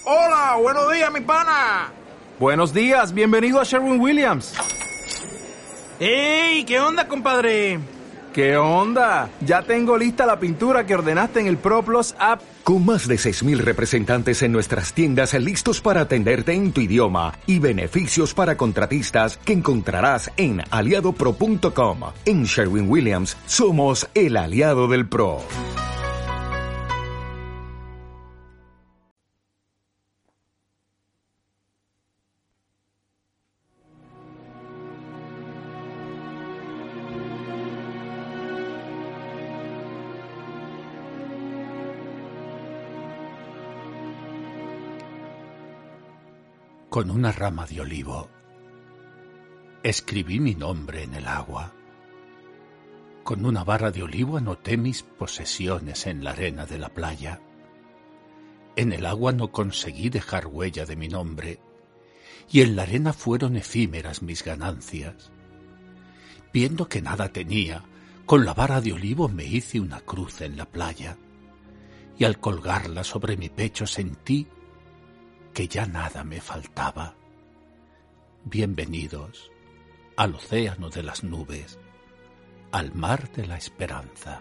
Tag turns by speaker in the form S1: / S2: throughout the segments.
S1: Hola, buenos días, mi pana.
S2: Buenos días, bienvenido a Sherwin-Williams.
S1: ¡Ey! ¿Qué onda, compadre?
S2: ¿Qué onda? Ya tengo lista la pintura que ordenaste en el ProPlus app.
S3: Con más de 6,000 representantes en nuestras tiendas listos para atenderte en tu idioma y beneficios para contratistas que encontrarás en aliadopro.com. En Sherwin-Williams somos el aliado del pro.
S4: Con una rama de olivo, escribí mi nombre en el agua. Con una barra de olivo anoté mis posesiones en la arena de la playa. En el agua no conseguí dejar huella de mi nombre, y en la arena fueron efímeras mis ganancias. Viendo que nada tenía, con la barra de olivo me hice una cruz en la playa, y al colgarla sobre mi pecho sentí que ya nada me faltaba. Bienvenidos al océano de las nubes, al mar de la esperanza.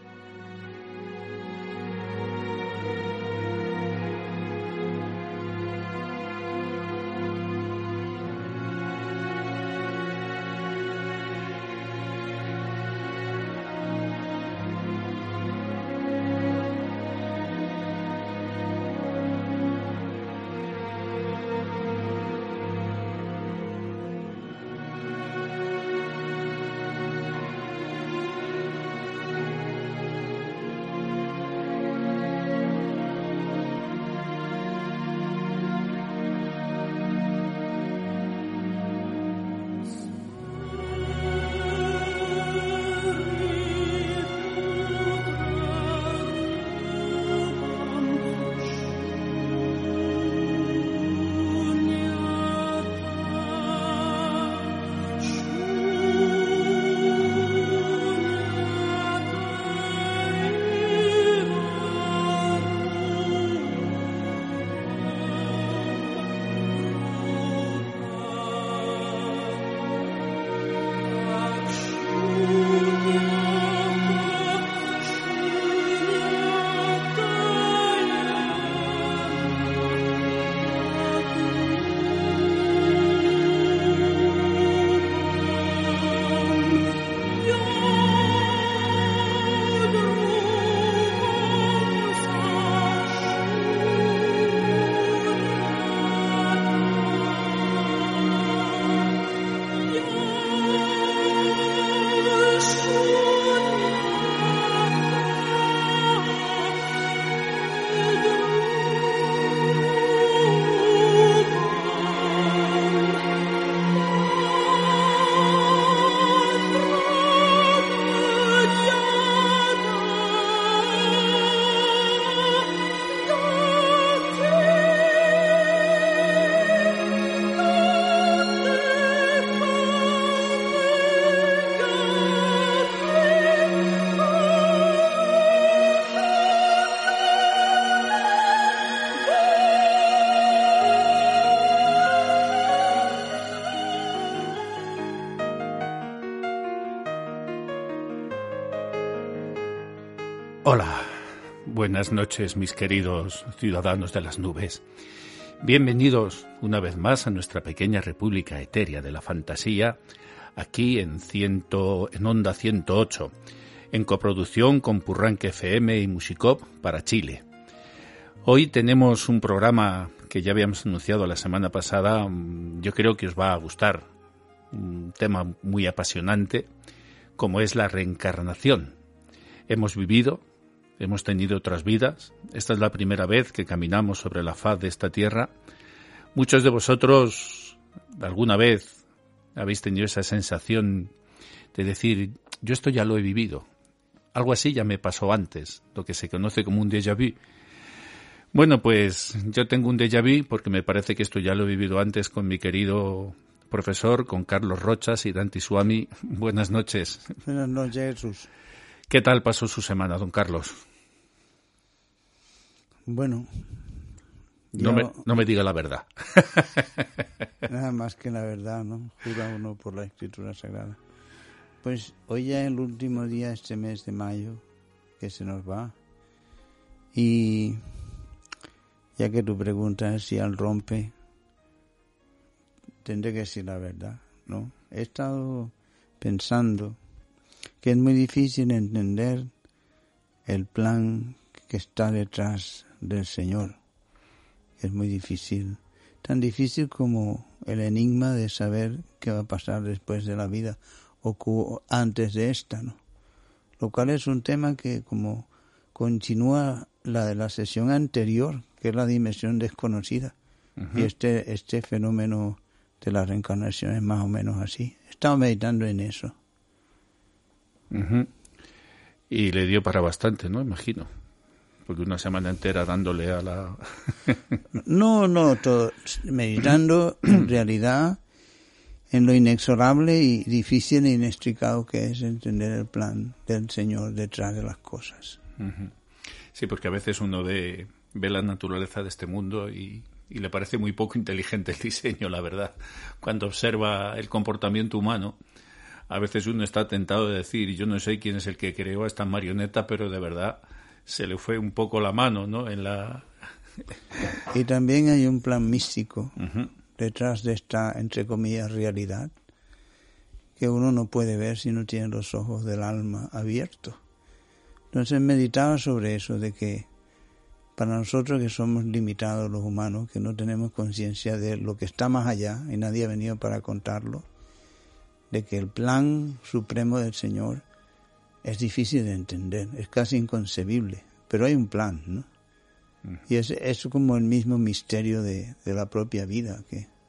S4: Hola, buenas noches mis queridos ciudadanos de las nubes. Bienvenidos una vez más a nuestra pequeña república etérea de la fantasía, aquí en Onda 108, en coproducción con Purranque FM y Musicop para Chile. Hoy tenemos un programa que ya habíamos anunciado la semana pasada, yo creo que os va a gustar, un tema muy apasionante, como es la reencarnación. Hemos vivido, hemos tenido otras vidas. Esta es la primera vez que caminamos sobre la faz de esta tierra. Muchos de vosotros alguna vez habéis tenido esa sensación de decir, yo esto ya lo he vivido. Algo así ya me pasó antes, lo que se conoce como un déjà vu. Bueno, pues yo tengo un déjà vu porque me parece que esto ya lo he vivido antes con mi querido profesor, con Carlos Rochas y Dante Suami. Buenas noches.
S5: Buenas noches, Jesús.
S4: ¿Qué tal pasó su semana, don Carlos?
S5: Bueno,
S4: No me diga la verdad.
S5: Nada más que la verdad, ¿no? Jura uno por la Escritura Sagrada. Pues hoy ya es el último día, este mes de mayo, que se nos va. Y ya que tu pregunta es si al rompe, tendré que decir la verdad, ¿no? He estado pensando que es muy difícil entender el plan que está detrás del Señor. Es muy difícil. Tan difícil como el enigma de saber qué va a pasar después de la vida o antes de esta, ¿no? Lo cual es un tema que como continúa la de la sesión anterior, que es la dimensión desconocida. Uh-huh. Y este fenómeno de la reencarnación es más o menos así. He estado meditando en eso.
S4: Uh-huh. Y le dio para bastante, ¿no? Imagino. Porque una semana entera dándole a la...
S5: todo meditando en realidad en lo inexorable y difícil e inextricado que es entender el plan del Señor detrás de las cosas.
S4: Uh-huh. Sí, porque a veces uno ve la naturaleza de este mundo y le parece muy poco inteligente el diseño, la verdad. Cuando observa el comportamiento humano, a veces uno está tentado de decir, yo no sé quién es el que creó a esta marioneta, pero de verdad se le fue un poco la mano, ¿no?
S5: Y también hay un plan místico
S4: uh-huh.
S5: detrás de esta, entre comillas, realidad, que uno no puede ver si no tiene los ojos del alma abiertos. Entonces meditaba sobre eso, de que para nosotros que somos limitados los humanos, que no tenemos conciencia de lo que está más allá, y nadie ha venido para contarlo, de que el plan supremo del Señor es difícil de entender, es casi inconcebible, pero hay un plan, ¿no? Y es como el mismo misterio de la propia vida.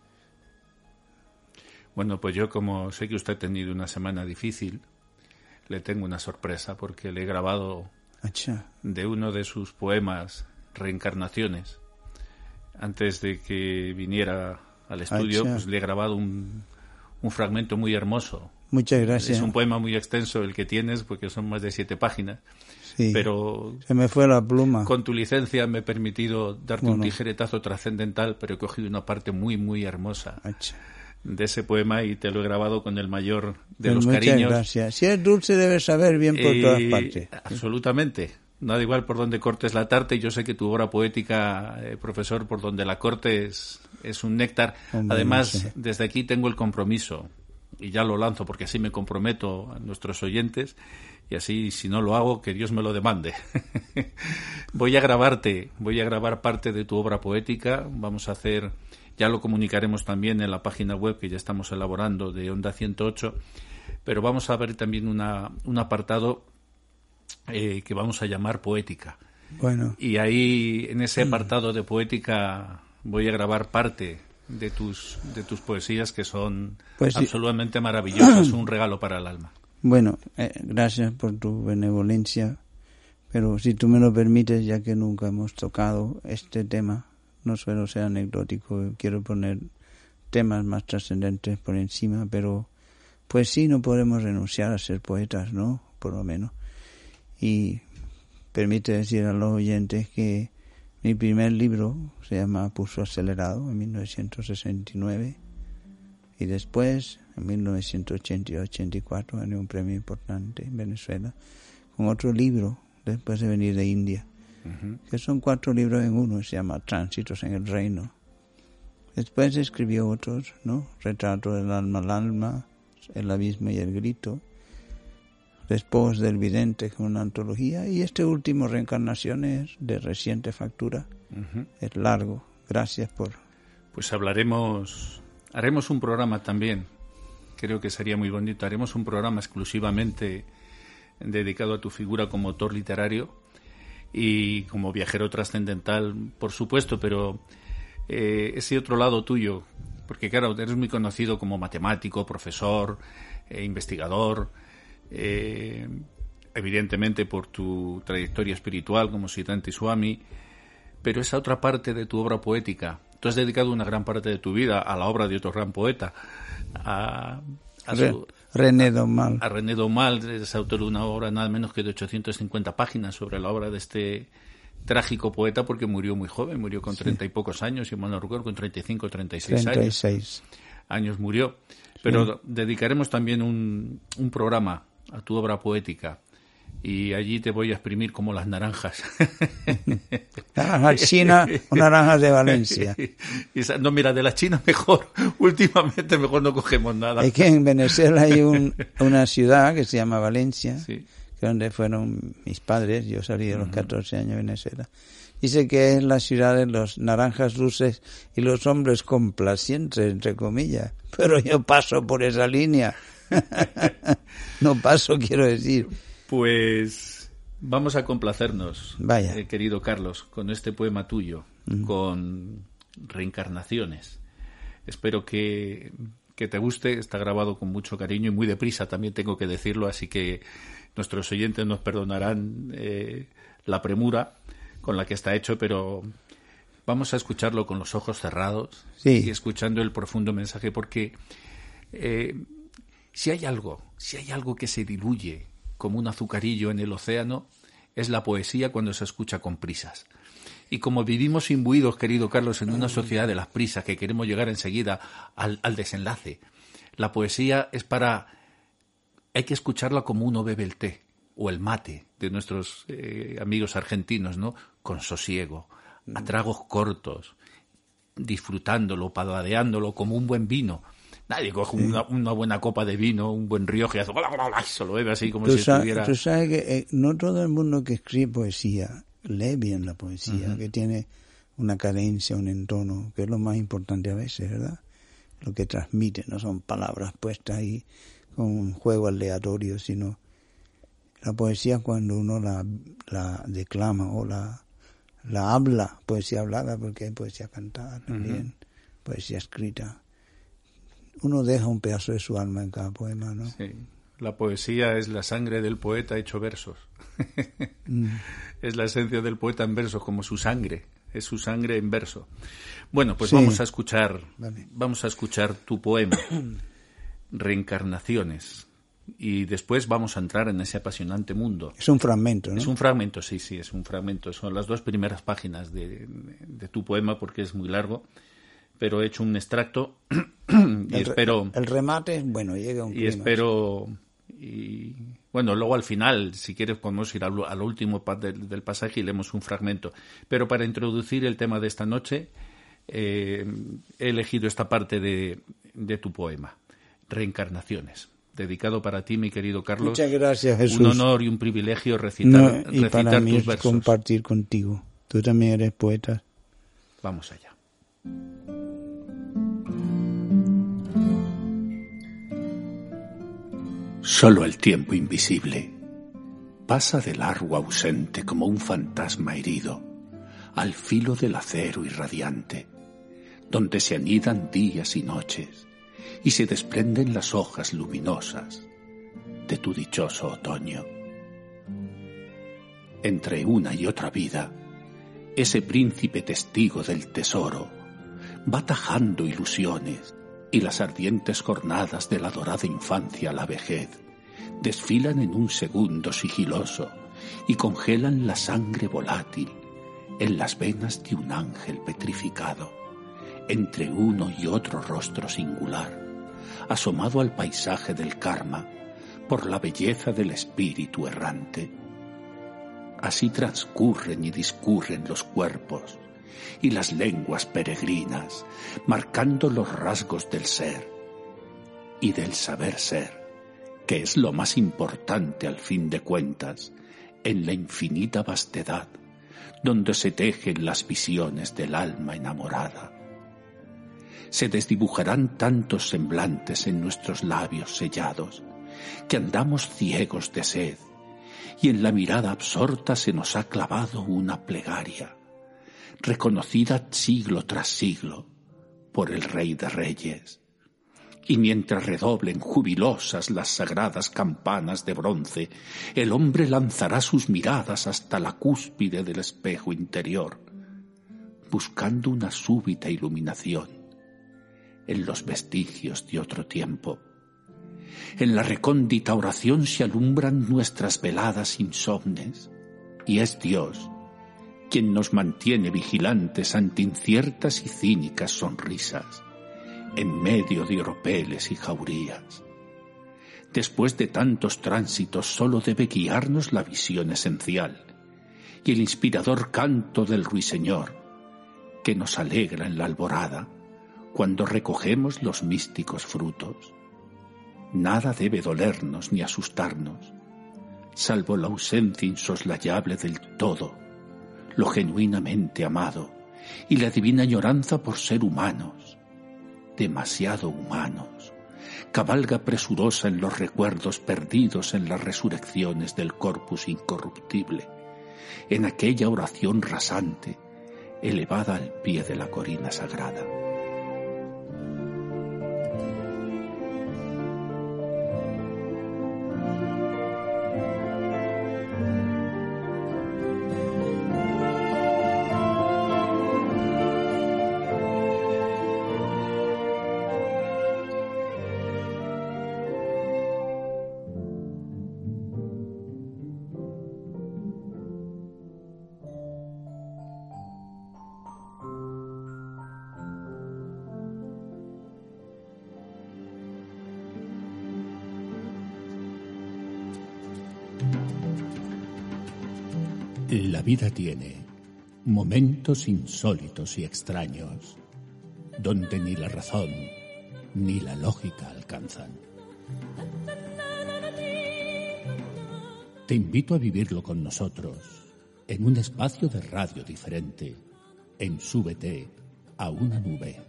S4: Bueno, pues yo, como sé que usted ha tenido una semana difícil, le tengo una sorpresa, porque le he grabado de uno de sus poemas, Reencarnaciones. Antes de que viniera al estudio, pues le he grabado un fragmento muy hermoso.
S5: Muchas gracias.
S4: Es un poema muy extenso el que tienes, porque son más de 7 páginas.
S5: Sí,
S4: pero
S5: se me fue la pluma.
S4: Con tu licencia me he permitido darte un tijeretazo trascendental, pero he cogido una parte muy, muy hermosa de ese poema y te lo he grabado con el mayor de los cariños.
S5: Muchas gracias. Si es dulce debes saber bien por todas partes.
S4: Absolutamente. No da igual por donde cortes la tarta, y yo sé que tu obra poética, profesor, por donde la cortes es un néctar. Hombre, además, no sé. Desde aquí tengo el compromiso, y ya lo lanzo porque así me comprometo a nuestros oyentes, y así, si no lo hago, que Dios me lo demande. Voy a grabar parte de tu obra poética. Vamos a hacer, ya lo comunicaremos también en la página web que ya estamos elaborando de Onda 108, pero vamos a ver también un apartado que vamos a llamar poética.
S5: Bueno.
S4: Y ahí, en ese apartado de poética, voy a grabar parte de tus poesías, que son absolutamente maravillosas, un regalo para el alma.
S5: Bueno, gracias por tu benevolencia, pero si tú me lo permites, ya que nunca hemos tocado este tema, no suelo ser anecdótico, quiero poner temas más trascendentes por encima, pero pues sí, no podemos renunciar a ser poetas, ¿no? Por lo menos. Y permite decir a los oyentes que mi primer libro se llama Pulso Acelerado, en 1969, y después, en 1980-84, gané un premio importante en Venezuela con otro libro, después de venir de India, que son 4 libros en uno, se llama Tránsitos en el Reino. Después escribió otros, ¿no? Retrato del alma al alma, El abismo y el grito, Después del vidente, con una antología, y este último, Reencarnaciones, de reciente factura. Es largo. Gracias por...
S4: Pues haremos un programa también, creo que sería muy bonito, haremos un programa exclusivamente dedicado a tu figura como autor literario y como viajero trascendental, por supuesto, pero ese otro lado tuyo, porque claro, eres muy conocido como matemático, profesor, investigador, evidentemente por tu trayectoria espiritual como Siddhanta Swami, pero esa otra parte de tu obra poética, tú has dedicado una gran parte de tu vida a la obra de otro gran poeta,
S5: René Daumal.
S4: A René Daumal, es autor de una obra nada menos que de 850 páginas sobre la obra de este trágico poeta porque murió muy joven, murió con 30 y pocos años, si mal no recuerdo, con 35, 36 años murió. Pero dedicaremos también un programa a tu obra poética y allí te voy a exprimir como las naranjas.
S5: Naranjas chinas o naranjas de Valencia.
S4: No, mira, de las chinas mejor. Últimamente mejor no cogemos nada.
S5: Es que en Venezuela hay una ciudad que se llama Valencia,
S4: sí,
S5: que es donde fueron mis padres. Yo salí de los 14 años de Venezuela. Dice que es la ciudad de los naranjas dulces y los hombres complacientes, entre comillas. Pero yo paso por esa línea. No paso, quiero decir.
S4: Pues vamos a complacernos, querido Carlos, con este poema tuyo, con Reencarnaciones. Espero que te guste, está grabado con mucho cariño y muy deprisa, también tengo que decirlo, así que nuestros oyentes nos perdonarán la premura con la que está hecho, pero vamos a escucharlo con los ojos cerrados y escuchando el profundo mensaje, porque si hay algo que se diluye como un azucarillo en el océano, es la poesía cuando se escucha con prisas. Y como vivimos imbuidos, querido Carlos, en una sociedad de las prisas, que queremos llegar enseguida al desenlace, la poesía hay que escucharla como uno bebe el té o el mate de nuestros amigos argentinos, ¿no? Con sosiego, a tragos cortos, disfrutándolo, paladeándolo como un buen vino. Nadie coge una buena copa de vino, un buen Rioja, y se lo bebe así como si estuviera...
S5: Tú sabes que no todo el mundo que escribe poesía lee bien la poesía, que tiene una cadencia, un entono, que es lo más importante a veces, ¿verdad? Lo que transmite, no son palabras puestas ahí con un juego aleatorio, sino la poesía cuando uno la declama o la habla, poesía hablada, porque hay poesía cantada también, poesía escrita. Uno deja un pedazo de su alma en cada poema, ¿no?
S4: Sí. La poesía es la sangre del poeta hecho versos. Es la esencia del poeta en versos, como su sangre. Es su sangre en verso. Bueno, pues vamos a escuchar tu poema, Reencarnaciones. Y después vamos a entrar en ese apasionante mundo.
S5: Es un fragmento, ¿no?
S4: Es un fragmento, sí, es un fragmento. Son las 2 primeras páginas de tu poema, porque es muy largo. Pero he hecho un extracto y espero...
S5: El remate, bueno, llega un clima.
S4: Y bueno, luego al final, si quieres, podemos ir al último del pasaje y leemos un fragmento. Pero para introducir el tema de esta noche, he elegido esta parte de tu poema, Reencarnaciones. Dedicado para ti, mi querido Carlos.
S5: Muchas gracias, Jesús.
S4: Un honor y un privilegio recitar
S5: para mí
S4: tus
S5: es
S4: versos.
S5: Compartir contigo. Tú también eres poeta.
S4: Vamos allá. Solo el tiempo invisible pasa de largo ausente como un fantasma herido al filo del acero irradiante, donde se anidan días y noches y se desprenden las hojas luminosas de tu dichoso otoño. Entre una y otra vida, ese príncipe testigo del tesoro va tajando ilusiones, y las ardientes jornadas de la dorada infancia a la vejez desfilan en un segundo sigiloso y congelan la sangre volátil en las venas de un ángel petrificado, entre uno y otro rostro singular, asomado al paisaje del karma por la belleza del espíritu errante. Así transcurren y discurren los cuerpos y las lenguas peregrinas, marcando los rasgos del ser y del saber ser, que es lo más importante al fin de cuentas, en la infinita vastedad, donde se tejen las visiones del alma enamorada. Se desdibujarán tantos semblantes en nuestros labios sellados, que andamos ciegos de sed, y en la mirada absorta se nos ha clavado una plegaria, reconocida siglo tras siglo por el Rey de Reyes. Y mientras redoblen jubilosas las sagradas campanas de bronce, el hombre lanzará sus miradas hasta la cúspide del espejo interior, buscando una súbita iluminación en los vestigios de otro tiempo. En la recóndita oración se alumbran nuestras veladas insomnes, y es Dios quien nos mantiene vigilantes ante inciertas y cínicas sonrisas, en medio de oropeles y jaurías. Después de tantos tránsitos solo debe guiarnos la visión esencial y el inspirador canto del ruiseñor, que nos alegra en la alborada cuando recogemos los místicos frutos. Nada debe dolernos ni asustarnos, salvo la ausencia insoslayable del todo, lo genuinamente amado y la divina añoranza por ser humanos, demasiado humanos. Cabalga presurosa en los recuerdos perdidos en las resurrecciones del corpus incorruptible, en aquella oración rasante, elevada al pie de la corina sagrada.
S6: La vida tiene momentos insólitos y extraños, donde ni la razón ni la lógica alcanzan. Te invito a vivirlo con nosotros, en un espacio de radio diferente, en Súbete a una nube.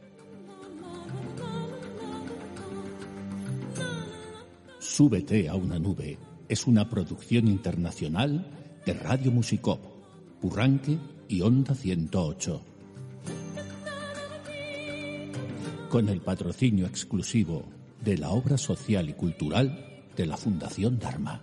S6: Súbete a una nube es una producción internacional de Radio Musicop, Purranque y Onda 108. Con el patrocinio exclusivo de la obra social y cultural de la Fundación Dharma.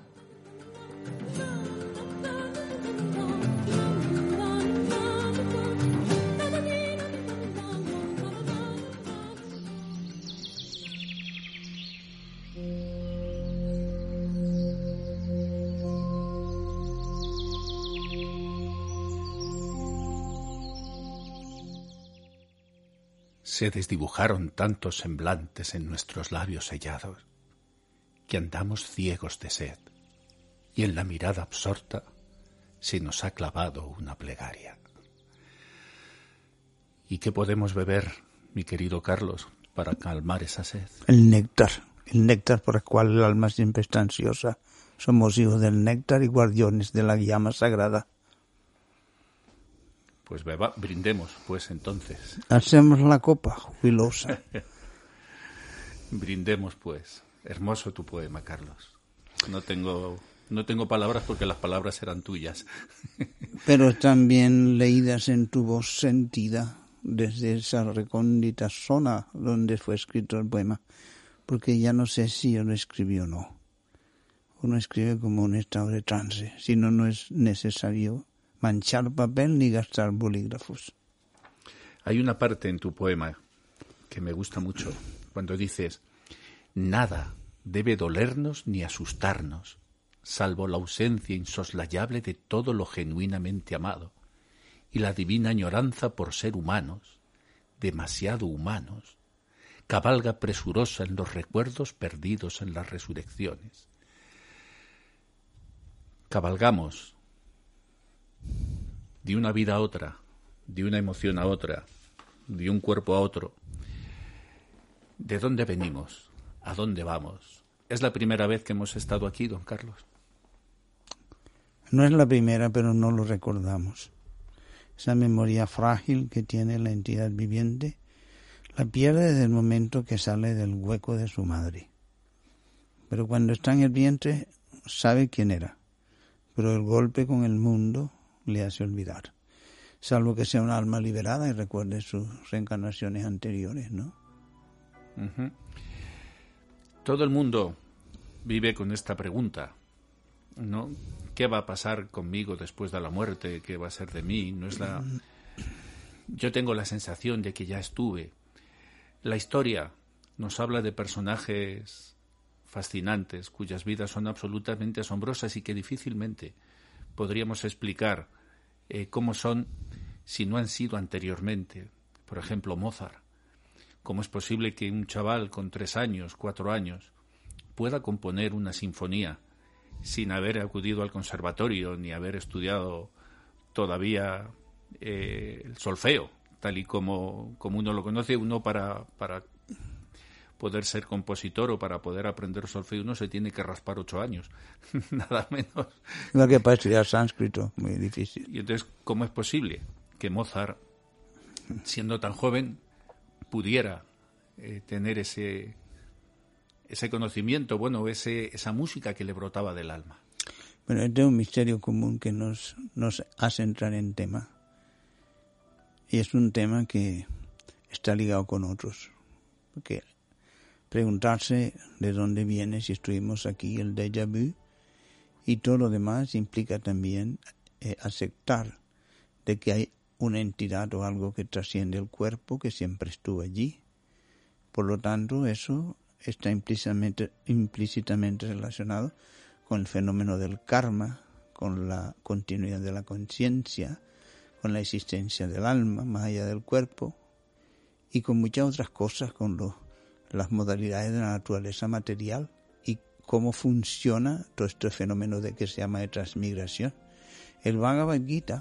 S4: Se desdibujaron tantos semblantes en nuestros labios sellados, que andamos ciegos de sed, y en la mirada absorta se nos ha clavado una plegaria. ¿Y qué podemos beber, mi querido Carlos, para calmar esa sed?
S5: El néctar por el cual el alma siempre está ansiosa. Somos hijos del néctar y guardianes de la llama sagrada.
S4: Pues brindemos, pues, entonces.
S5: Hacemos la copa jubilosa.
S4: Brindemos, pues. Hermoso tu poema, Carlos. No tengo palabras porque las palabras eran tuyas.
S5: Pero también leídas en tu voz sentida desde esa recóndita zona donde fue escrito el poema. Porque ya no sé si uno escribió o no. Uno escribe como un estado de trance. Si no, no es necesario manchar papel ni gastar bolígrafos.
S4: Hay una parte en tu poema que me gusta mucho, cuando dices: nada debe dolernos ni asustarnos, salvo la ausencia insoslayable de todo lo genuinamente amado y la divina añoranza por ser humanos, demasiado humanos, cabalga presurosa en los recuerdos perdidos en las resurrecciones. Cabalgamos de una vida a otra, de una emoción a otra, de un cuerpo a otro. ¿De dónde venimos? ¿A dónde vamos? ¿Es la primera vez que hemos estado aquí, don Carlos?
S5: No es la primera, pero no lo recordamos. Esa memoria frágil que tiene la entidad viviente la pierde desde el momento que sale del hueco de su madre. Pero cuando está en el vientre sabe quién era, pero el golpe con el mundo le hace olvidar, salvo que sea un alma liberada y recuerde sus reencarnaciones anteriores, ¿no?
S4: Uh-huh. Todo el mundo vive con esta pregunta, ¿no? ¿Qué va a pasar conmigo después de la muerte? ¿Qué va a ser de mí? No es la... Yo tengo la sensación de que ya estuve. La historia nos habla de personajes fascinantes, cuyas vidas son absolutamente asombrosas y que difícilmente podríamos explicar cómo son si no han sido anteriormente. Por ejemplo, Mozart. ¿Cómo es posible que un chaval con 3 años, 4 años, pueda componer una sinfonía sin haber acudido al conservatorio ni haber estudiado todavía el solfeo, tal y como uno lo conoce? Uno para poder ser compositor o para poder aprender solfeo uno se tiene que raspar 8 años, nada menos.
S5: Lo que para estudiar sánscrito, muy difícil.
S4: Y entonces, ¿cómo es posible que Mozart, siendo tan joven, pudiera tener ese conocimiento, esa música que le brotaba del alma?
S5: Bueno, este es un misterio común que nos hace entrar en tema. Y es un tema que está ligado con otros. Porque preguntarse de dónde viene, si estuvimos aquí, el déjà vu, y todo lo demás implica también aceptar de que hay una entidad o algo que trasciende el cuerpo, que siempre estuvo allí. Por lo tanto, eso está implícitamente relacionado con el fenómeno del karma, con la continuidad de la conciencia, con la existencia del alma más allá del cuerpo y con muchas otras cosas, con las modalidades de la naturaleza material y cómo funciona todo este fenómeno que se llama de transmigración. El Bhagavad Gita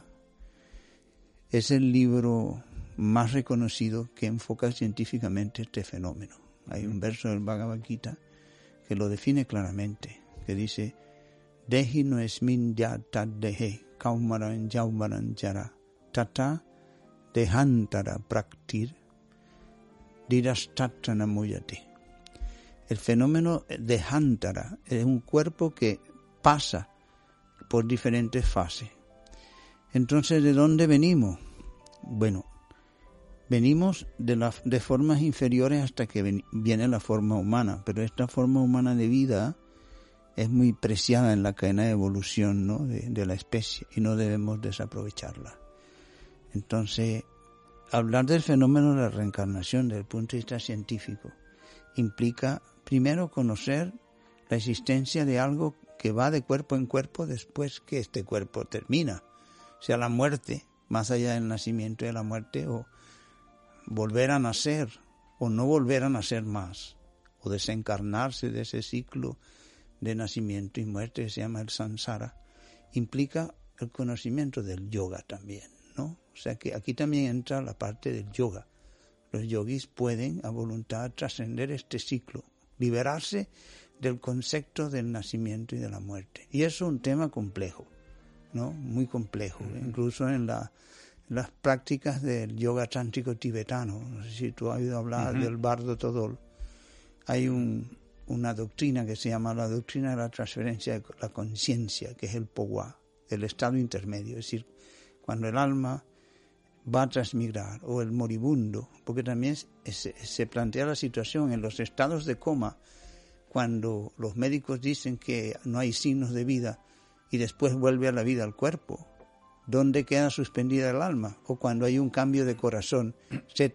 S5: es el libro más reconocido que enfoca científicamente este fenómeno. Hay un verso del Bhagavad Gita que lo define claramente, que dice: Dehi no esmin ya tad dehe, kaumaran yaumaran jara, tata dehantara praktir, dirastatra muyate. El fenómeno de Hantara es un cuerpo que pasa por diferentes fases. Entonces, ¿de dónde venimos? Bueno, venimos de formas inferiores hasta que viene la forma humana, pero esta forma humana de vida es muy preciada en la cadena de evolución, ¿no?, de la especie, y no debemos desaprovecharla. Entonces, hablar del fenómeno de la reencarnación desde el punto de vista científico implica primero conocer la existencia de algo que va de cuerpo en cuerpo después que este cuerpo termina, sea la muerte, más allá del nacimiento y de la muerte, o volver a nacer o no volver a nacer más, o desencarnarse de ese ciclo de nacimiento y muerte que se llama el samsara, implica el conocimiento del yoga también, ¿no? O sea que aquí también entra la parte del yoga. Los yogis pueden a voluntad trascender este ciclo, liberarse del concepto del nacimiento y de la muerte. Y eso es un tema complejo, ¿no? Muy complejo. Incluso en las prácticas del yoga tántrico tibetano, no sé si tú has oído hablar del Bardo Thodol, hay una doctrina que se llama la doctrina de la transferencia de la conciencia, que es el Pogwa, el estado intermedio, es decir, cuando el alma va a transmigrar, o el moribundo, porque también se plantea la situación en los estados de coma, cuando los médicos dicen que no hay signos de vida y después vuelve a la vida el cuerpo, ¿dónde queda suspendida el alma? O cuando hay un cambio de corazón, se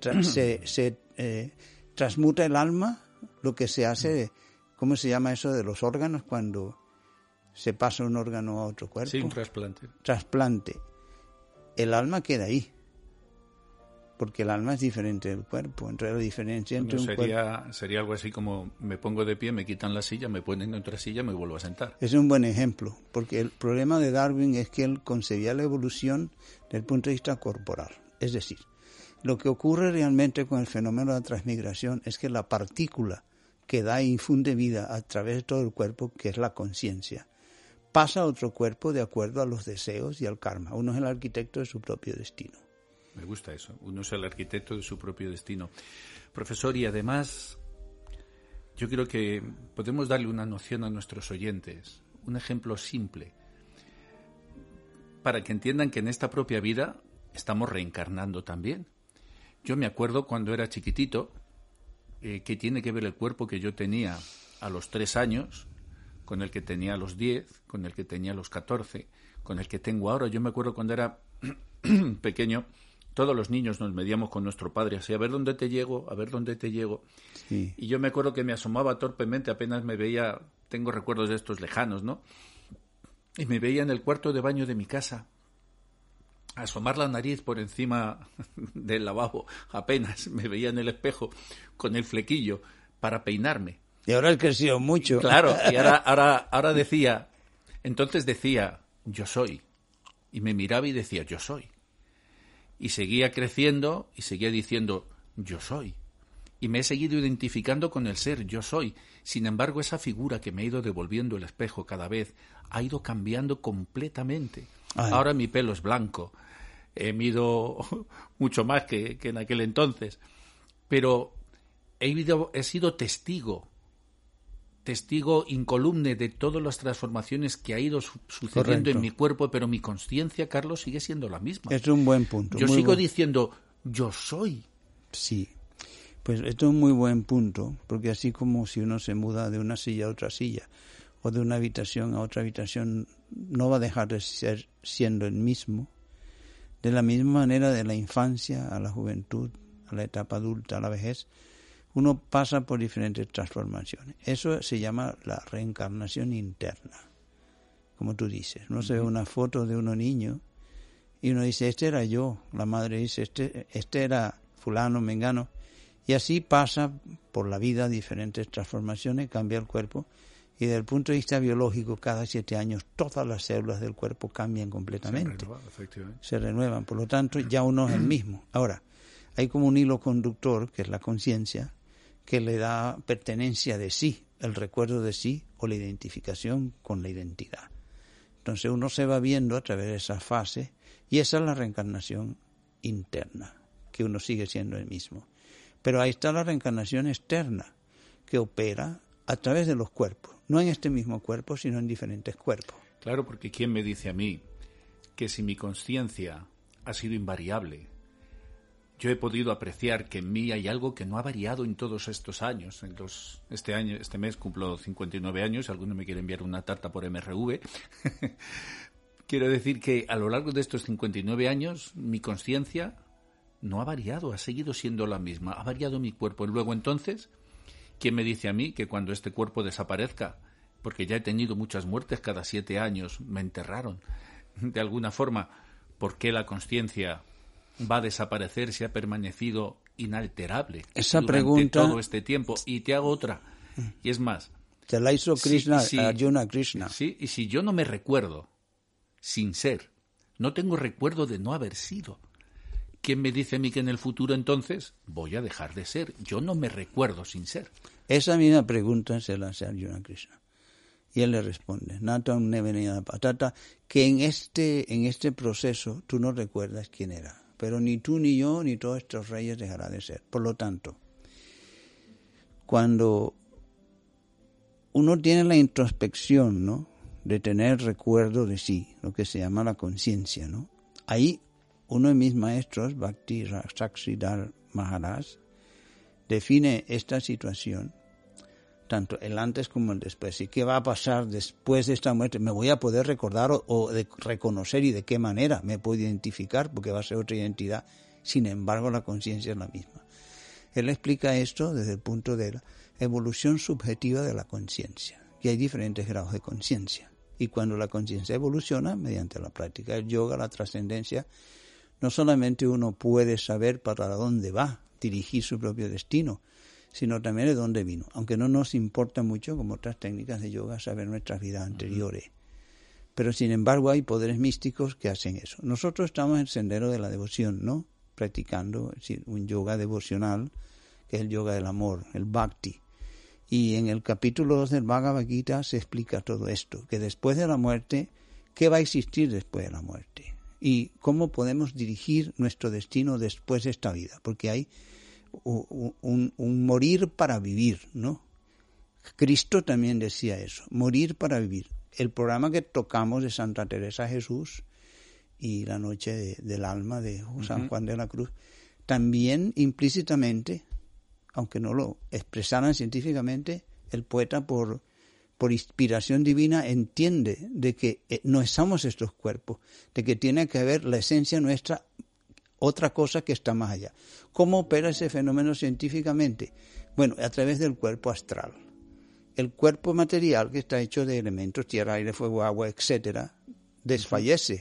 S5: transmuta el alma, lo que se hace, ¿cómo se llama eso de los órganos cuando se pasa un órgano a otro cuerpo?
S4: Sí, un trasplante.
S5: Trasplante. El alma queda ahí, porque el alma es diferente del cuerpo. Entre la diferencia entre
S4: sería algo así como: me pongo de pie, me quitan la silla, me ponen en otra silla, me vuelvo a sentar.
S5: Es un buen ejemplo, porque el problema de Darwin es que él concebía la evolución desde el punto de vista corporal. Es decir, lo que ocurre realmente con el fenómeno de la transmigración es que la partícula que da e infunde vida a través de todo el cuerpo, que es la conciencia, pasa a otro cuerpo de acuerdo a los deseos y al karma. Uno es el arquitecto de su propio destino.
S4: Me gusta eso. Uno es el arquitecto de su propio destino. Profesor, y además, yo creo que podemos darle una noción a nuestros oyentes, un ejemplo simple, para que entiendan que en esta propia vida estamos reencarnando también. Yo me acuerdo cuando era chiquitito, que tiene que ver el cuerpo que yo tenía a los 3 años, con el que tenía a los 10, con el que tenía a los 14, con el que tengo ahora. Yo me acuerdo cuando era pequeño, todos los niños nos medíamos con nuestro padre, así, a ver dónde te llego, a ver dónde te llego.
S5: Sí.
S4: Y yo me acuerdo que me asomaba torpemente, apenas me veía, tengo recuerdos de estos lejanos, ¿no? Y me veía en el cuarto de baño de mi casa. asomar la nariz por encima del lavabo, apenas me veía en el espejo con el flequillo para peinarme.
S5: Y ahora has crecido mucho.
S4: Claro, y ahora decía, entonces decía, yo soy. Y me miraba y decía, yo soy. Y seguía creciendo y seguía diciendo, yo soy. Y me he seguido identificando con el ser, yo soy. Sin embargo, esa figura que me ha ido devolviendo el espejo cada vez ha ido cambiando completamente. Ay. Ahora mi pelo es blanco. Mido mucho más que en aquel entonces. Pero he sido testigo incoluble de todas las transformaciones que ha ido sucediendo
S5: Correcto.
S4: En mi cuerpo, pero mi conciencia, Carlos, sigue siendo la misma.
S5: Es un buen punto.
S4: Yo sigo diciendo, yo soy.
S5: Sí, pues esto es un muy buen punto, porque así como si uno se muda de una silla a otra silla, o de una habitación a otra habitación, no va a dejar de ser siendo el mismo. De la misma manera, de la infancia a la juventud, a la etapa adulta, a la vejez, uno pasa por diferentes transformaciones. Eso se llama la reencarnación interna, como tú dices. Uno se ve una foto de uno niño y uno dice, este era yo. La madre dice, este era fulano, mengano. Y así pasa por la vida diferentes transformaciones, cambia el cuerpo. Y desde el punto de vista biológico, cada 7 años todas las células del cuerpo cambian completamente. Se renuevan, por lo tanto ya uno es el mismo. Ahora, hay como un hilo conductor, que es la conciencia, que le da pertenencia de sí, el recuerdo de sí o la identificación con la identidad. Entonces uno se va viendo a través de esa fase y esa es la reencarnación interna, que uno sigue siendo el mismo. Pero ahí está la reencarnación externa, que opera a través de los cuerpos, no en este mismo cuerpo, sino en diferentes cuerpos.
S4: Claro, porque ¿quién me dice a mí que si mi conciencia ha sido invariable, yo he podido apreciar que en mí hay algo que no ha variado en todos estos años? Este mes cumplo 59 años, alguno me quiere enviar una tarta por MRV. Quiero decir que a lo largo de estos 59 años mi conciencia no ha variado, ha seguido siendo la misma, ha variado mi cuerpo. Y luego entonces, ¿quién me dice a mí que cuando este cuerpo desaparezca, porque ya he tenido muchas muertes cada 7 años, me enterraron de alguna forma, ¿por qué la conciencia va a desaparecer si ha permanecido inalterable
S5: esa
S4: durante
S5: pregunta,
S4: todo este tiempo? Y te hago otra, y es más.
S5: Te la hizo Krishna, Arjuna Krishna.
S4: Sí, y si yo no me recuerdo sin ser, no tengo recuerdo de no haber sido, ¿quién me dice a mí que en el futuro entonces voy a dejar de ser? Yo no me recuerdo sin ser.
S5: Esa misma pregunta se la hace Arjuna Krishna. Y él le responde, Nata Nevenida Patata, que en este proceso tú no recuerdas quién era, pero ni tú ni yo ni todos estos reyes dejará de ser. Por lo tanto, cuando uno tiene la introspección, ¿no?, de tener recuerdo de sí, lo que se llama la conciencia, ¿no?, ahí uno de mis maestros, Bhakti Saxidhar Maharaj, define esta situación, tanto el antes como el después. ¿Y qué va a pasar después de esta muerte? ¿Me voy a poder recordar o de reconocer y de qué manera me puedo identificar? Porque va a ser otra identidad. Sin embargo, la conciencia es la misma. Él explica esto desde el punto de la evolución subjetiva de la conciencia. Y hay diferentes grados de conciencia. Y cuando la conciencia evoluciona, mediante la práctica del yoga, la trascendencia, no solamente uno puede saber para dónde va, dirigir su propio destino, sino también de dónde vino. Aunque no nos importa mucho, como otras técnicas de yoga, saber nuestras vidas anteriores. Pero sin embargo hay poderes místicos que hacen eso. Nosotros estamos en el sendero de la devoción, ¿no?, practicando un yoga devocional, que es el yoga del amor, el bhakti. Y en el capítulo 2 del Bhagavad Gita se explica todo esto, que después de la muerte, ¿qué va a existir después de la muerte? Y cómo podemos dirigir nuestro destino después de esta vida, porque hay un morir para vivir, ¿no? Cristo también decía eso, morir para vivir. El programa que tocamos de Santa Teresa Jesús y la noche del alma de San Juan de la Cruz, también implícitamente, aunque no lo expresaran científicamente, el poeta por inspiración divina entiende de que no somos estos cuerpos, de que tiene que haber la esencia nuestra, otra cosa que está más allá. ¿Cómo opera ese fenómeno científicamente? Bueno, a través del cuerpo astral. El cuerpo material, que está hecho de elementos, tierra, aire, fuego, agua, etcétera, desfallece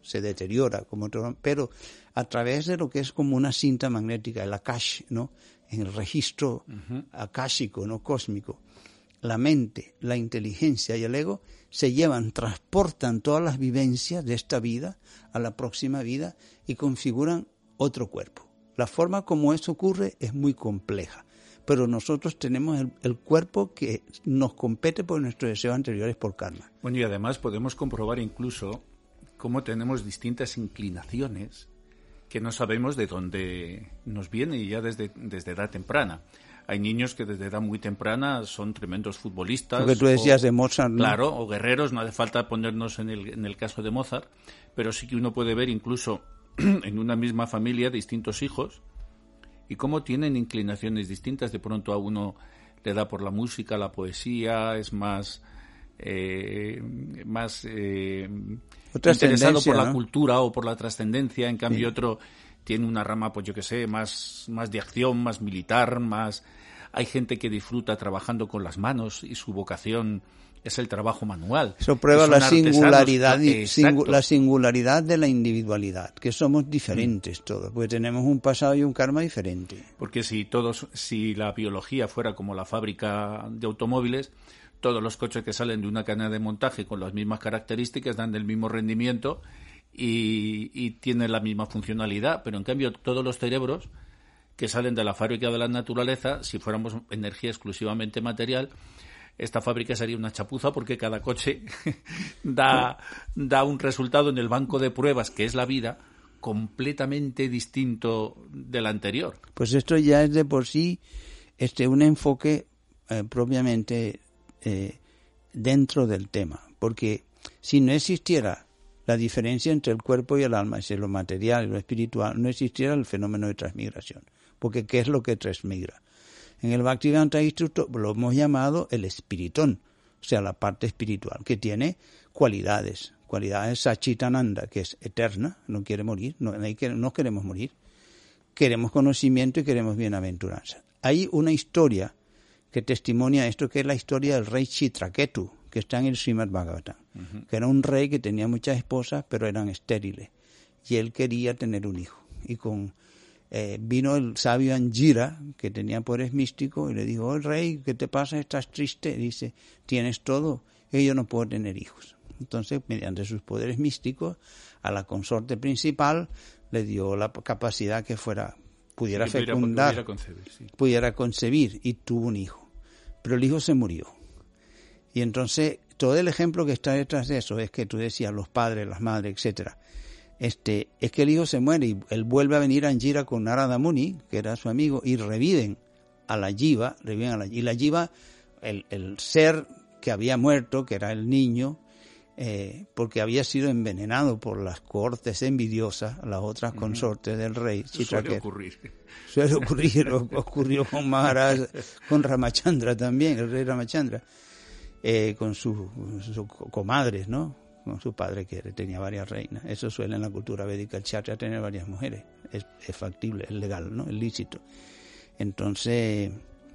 S5: se deteriora, pero a través de lo que es como una cinta magnética, el Akash, ¿no? En el registro akáshico, no cósmico, la mente, la inteligencia y el ego se transportan todas las vivencias de esta vida a la próxima vida y configuran otro cuerpo. La forma como eso ocurre es muy compleja, pero nosotros tenemos el cuerpo que nos compete por nuestros deseos anteriores por karma.
S4: Bueno, y además podemos comprobar incluso cómo tenemos distintas inclinaciones que no sabemos de dónde nos viene y ya desde edad temprana. Hay niños que desde edad muy temprana son tremendos futbolistas.
S5: Lo que tú decías de Mozart, ¿no?
S4: Claro, o guerreros, no hace falta ponernos en el caso de Mozart, pero sí que uno puede ver incluso en una misma familia distintos hijos y cómo tienen inclinaciones distintas. De pronto a uno le da por la música, la poesía, es más interesado por la cultura o por la trascendencia, en cambio otro tiene una rama, pues yo que sé, más de acción, más militar, más... Hay gente que disfruta trabajando con las manos y su vocación es el trabajo manual.
S5: Eso prueba la singularidad de la individualidad, que somos diferentes todos, porque tenemos un pasado y un karma diferente.
S4: Porque si la biología fuera como la fábrica de automóviles, todos los coches que salen de una cadena de montaje con las mismas características dan el mismo rendimiento y tienen la misma funcionalidad, pero en cambio todos los cerebros que salen de la fábrica de la naturaleza, si fuéramos energía exclusivamente material, esta fábrica sería una chapuza porque cada coche da un resultado en el banco de pruebas, que es la vida, completamente distinto del anterior.
S5: Pues esto ya es de por sí un enfoque propiamente dentro del tema, porque si no existiera la diferencia entre el cuerpo y el alma, es decir, lo material y lo espiritual, no existiera el fenómeno de transmigración, porque ¿qué es lo que transmigra? En el Bhaktivedanta Instituto lo hemos llamado el espiritón, o sea, la parte espiritual, que tiene cualidades Sachitananda, que es eterna, no quiere morir, no queremos morir, queremos conocimiento y queremos bienaventuranza. Hay una historia que testimonia esto, que es la historia del rey Chitraketu, que está en el Srimad Bhagavatam, que era un rey que tenía muchas esposas, pero eran estériles, y él quería tener un hijo. Y vino el sabio Angira, que tenía poderes místicos, y le dijo: "Oh, rey, ¿qué te pasa? ¿Estás triste?". Dice: "Tienes todo, y yo no puedo tener hijos". Entonces, mediante sus poderes místicos, a la consorte principal le dio la capacidad que pudiera fecundar, pudiera concebir, y tuvo un hijo. Pero el hijo se murió. Y entonces, todo el ejemplo que está detrás de eso es que tú decías, los padres, las madres, etcétera. Es que el hijo se muere y él vuelve a venir a Angira con Narada Muni, que era su amigo, y reviven a la Jiva, y la Jiva, el ser que había muerto, que era el niño, porque había sido envenenado por las cohortes envidiosas, las otras consortes del rey Chitraketu. Suele ocurrir, ocurrió con Maharaj, con Ramachandra también, el rey Ramachandra, con sus comadres, ¿no? Con su padre, que tenía varias reinas. Eso suele en la cultura védica, el kshatriya tener varias mujeres. Es factible, es legal, ¿no? Es lícito. Entonces,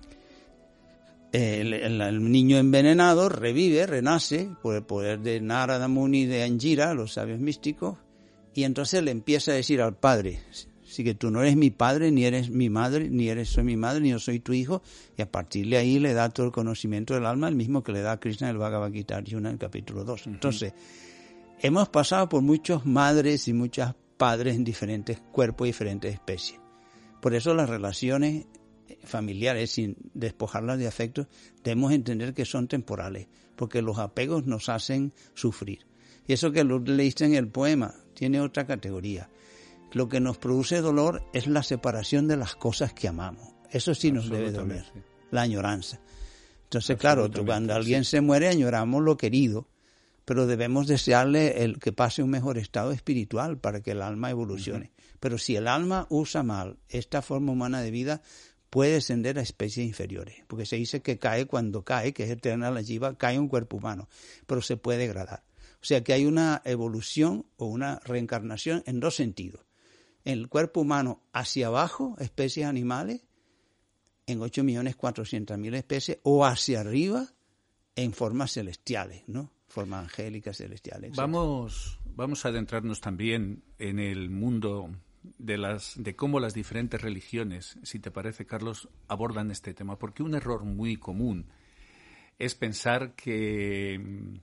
S5: el niño envenenado revive, renace por el poder de Narada Muni, de Angira, los sabios místicos, y entonces le empieza a decir al padre: "Sí, que tú no eres mi padre, ni eres mi madre, soy mi madre, ni yo soy tu hijo", y a partir de ahí le da todo el conocimiento del alma, el mismo que le da a Krishna en el Bhagavad Gita Arjuna en el capítulo 2. Entonces, hemos pasado por muchos madres y muchos padres en diferentes cuerpos y diferentes especies. Por eso las relaciones familiares, sin despojarlas de afectos, debemos entender que son temporales, porque los apegos nos hacen sufrir. Y eso que lo leíste en el poema tiene otra categoría. Lo que nos produce dolor es la separación de las cosas que amamos. Eso sí nos debe doler, la añoranza. Entonces, claro, cuando alguien se muere, añoramos lo querido, pero debemos desearle que pase un mejor estado espiritual para que el alma evolucione. Pero si el alma usa mal esta forma humana de vida, puede descender a especies inferiores, porque se dice que cuando cae, que es eterna la jiva, cae un cuerpo humano, pero se puede degradar. O sea que hay una evolución o una reencarnación en dos sentidos. En el cuerpo humano hacia abajo, especies animales, en 8.400.000 especies, o hacia arriba, en formas celestiales, ¿no? Formas angélicas, celestiales, etc.
S4: vamos a adentrarnos también en el mundo de cómo las diferentes religiones, si te parece, Carlos, abordan este tema, porque un error muy común es pensar que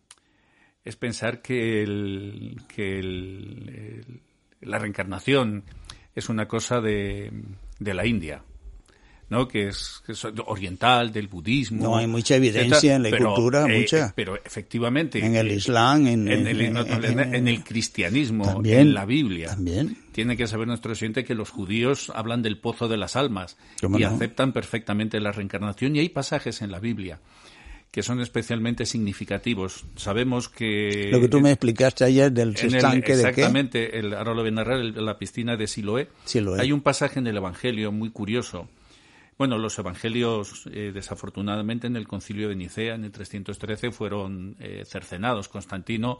S4: la reencarnación es una cosa de la India, ¿no? Que es oriental, del budismo.
S5: No, hay mucha evidencia en la cultura, mucha.
S4: Pero efectivamente.
S5: En el Islam, en
S4: el cristianismo,
S5: también,
S4: en la Biblia.
S5: También.
S4: Tiene que saber nuestro oyente que los judíos hablan del pozo de las almas y aceptan perfectamente la reencarnación, y hay pasajes en la Biblia que son especialmente significativos. Sabemos que...
S5: Lo que tú me explicaste ayer del estanque de qué.
S4: Exactamente, ahora lo voy a narrar, la piscina de Siloé. Hay un pasaje en el Evangelio muy curioso. Bueno, los evangelios, desafortunadamente, en el Concilio de Nicea, en el 313, fueron cercenados. Constantino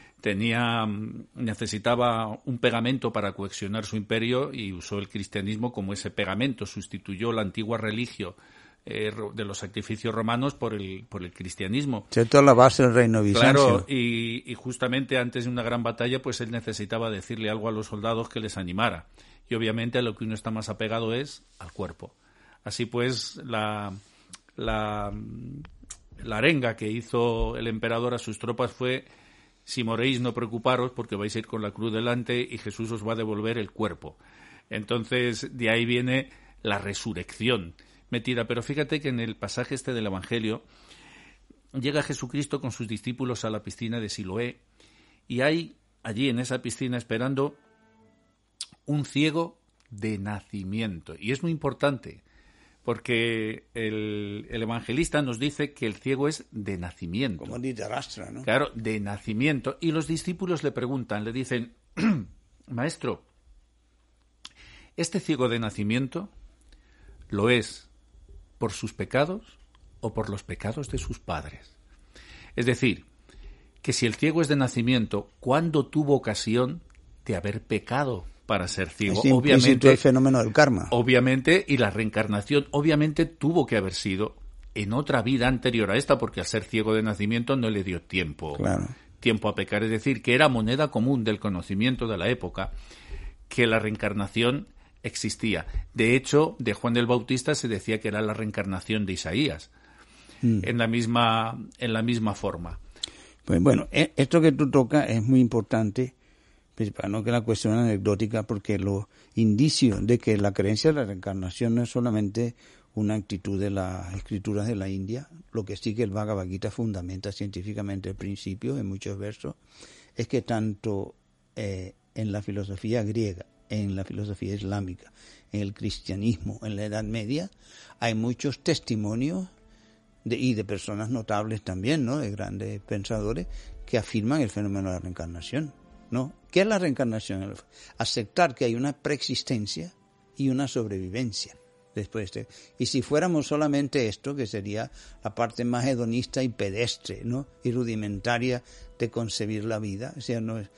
S4: necesitaba un pegamento para cohesionar su imperio y usó el cristianismo como ese pegamento. Sustituyó la antigua religión de los sacrificios romanos por el cristianismo.
S5: Esto es la base del reino bizantino.
S4: Claro, y justamente antes de una gran batalla, pues él necesitaba decirle algo a los soldados que les animara. Y obviamente a lo que uno está más apegado es al cuerpo. Así pues, la arenga que hizo el emperador a sus tropas fue: si moréis, no preocuparos, porque vais a ir con la cruz delante y Jesús os va a devolver el cuerpo. Entonces, de ahí viene la resurrección metida. Pero fíjate que en el pasaje este del Evangelio llega Jesucristo con sus discípulos a la piscina de Siloé, y hay allí en esa piscina esperando un ciego de nacimiento. Y es muy importante, porque el evangelista nos dice que el ciego es de nacimiento.
S5: Como dice Arrastra, ¿no?
S4: Claro, de nacimiento. Y los discípulos le preguntan, le dicen: Maestro, ¿este ciego de nacimiento lo es por sus pecados o por los pecados de sus padres? Es decir, que si el ciego es de nacimiento, ¿cuándo tuvo ocasión de haber pecado para ser ciego?
S5: Es obviamente el fenómeno del karma.
S4: Obviamente, y la reencarnación obviamente tuvo que haber sido en otra vida anterior a esta, porque al ser ciego de nacimiento no le dio tiempo a pecar. Es decir, que era moneda común del conocimiento de la época que la reencarnación existía. De hecho, de Juan el Bautista se decía que era la reencarnación de Isaías, en la misma forma.
S5: Pues bueno, esto que tú tocas es muy importante, pues, para no que la cuestión anecdótica, porque los indicios de que la creencia de la reencarnación no es solamente una actitud de las escrituras de la India, lo que sí que el Bhagavad Gita fundamenta científicamente el principio en muchos versos, es que tanto en la filosofía griega, en la filosofía islámica, en el cristianismo, en la Edad Media, hay muchos testimonios y de personas notables también, ¿no?, de grandes pensadores que afirman el fenómeno de la reencarnación, ¿no? ¿Qué es la reencarnación? Aceptar que hay una preexistencia y una sobrevivencia después de... Y si fuéramos solamente esto, que sería la parte más hedonista y pedestre, ¿no?, y rudimentaria de concebir la vida, o sea,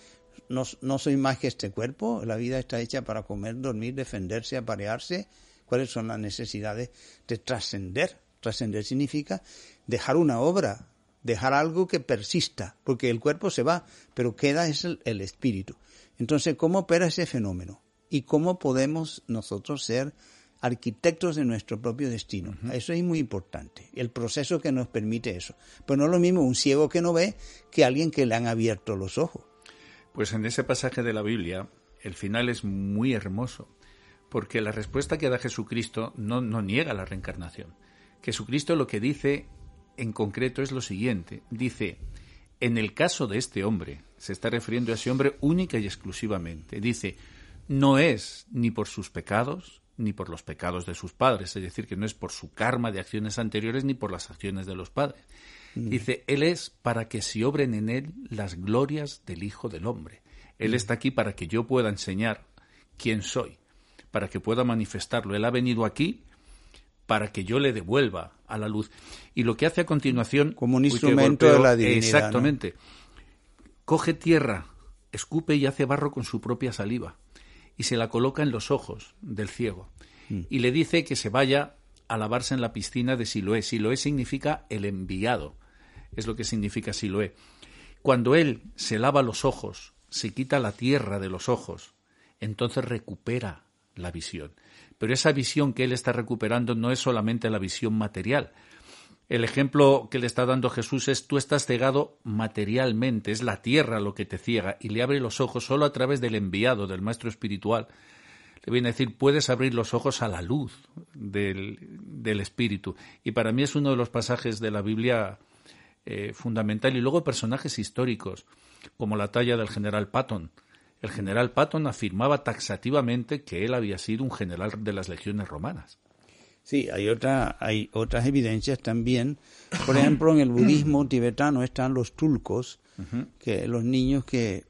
S5: no soy más que este cuerpo, la vida está hecha para comer, dormir, defenderse, aparearse. ¿Cuáles son las necesidades de trascender? Trascender significa dejar una obra, dejar algo que persista, porque el cuerpo se va, pero queda es el espíritu. Entonces, ¿cómo opera ese fenómeno? ¿Y cómo podemos nosotros ser arquitectos de nuestro propio destino? Uh-huh. Eso es muy importante, el proceso que nos permite eso. Pero no es lo mismo un ciego que no ve que alguien que le han abierto los ojos.
S4: Pues en ese pasaje de la Biblia, el final es muy hermoso, porque la respuesta que da Jesucristo no niega la reencarnación. Jesucristo lo que dice en concreto es lo siguiente. Dice: en el caso de este hombre, se está refiriendo a ese hombre única y exclusivamente. Dice: no es ni por sus pecados ni por los pecados de sus padres, es decir, que no es por su karma de acciones anteriores ni por las acciones de los padres. Dice: Él es para que se obren en Él las glorias del Hijo del Hombre. Él está aquí para que yo pueda enseñar quién soy, para que pueda manifestarlo. Él ha venido aquí para que yo le devuelva a la luz. Y lo que hace a continuación...
S5: Como un instrumento de la divinidad.
S4: Exactamente. ¿No? Coge tierra, escupe y hace barro con su propia saliva y se la coloca en los ojos del ciego. Y le dice que se vaya a lavarse en la piscina de Siloé. Siloé significa el enviado. Es lo que significa Siloé. Cuando él se lava los ojos, se quita la tierra de los ojos, entonces recupera la visión. Pero esa visión que él está recuperando no es solamente la visión material. El ejemplo que le está dando Jesús es: tú estás cegado materialmente, es la tierra lo que te ciega, y le abre los ojos solo a través del enviado, del maestro espiritual. Le viene a decir, puedes abrir los ojos a la luz del espíritu. Y para mí es uno de los pasajes de la Biblia fundamental. Y luego personajes históricos, como la talla del general Patton. El general Patton afirmaba taxativamente que él había sido un general de las legiones romanas.
S5: Sí, hay otras evidencias también. Por ejemplo, en el budismo tibetano están los tulcos, que los niños que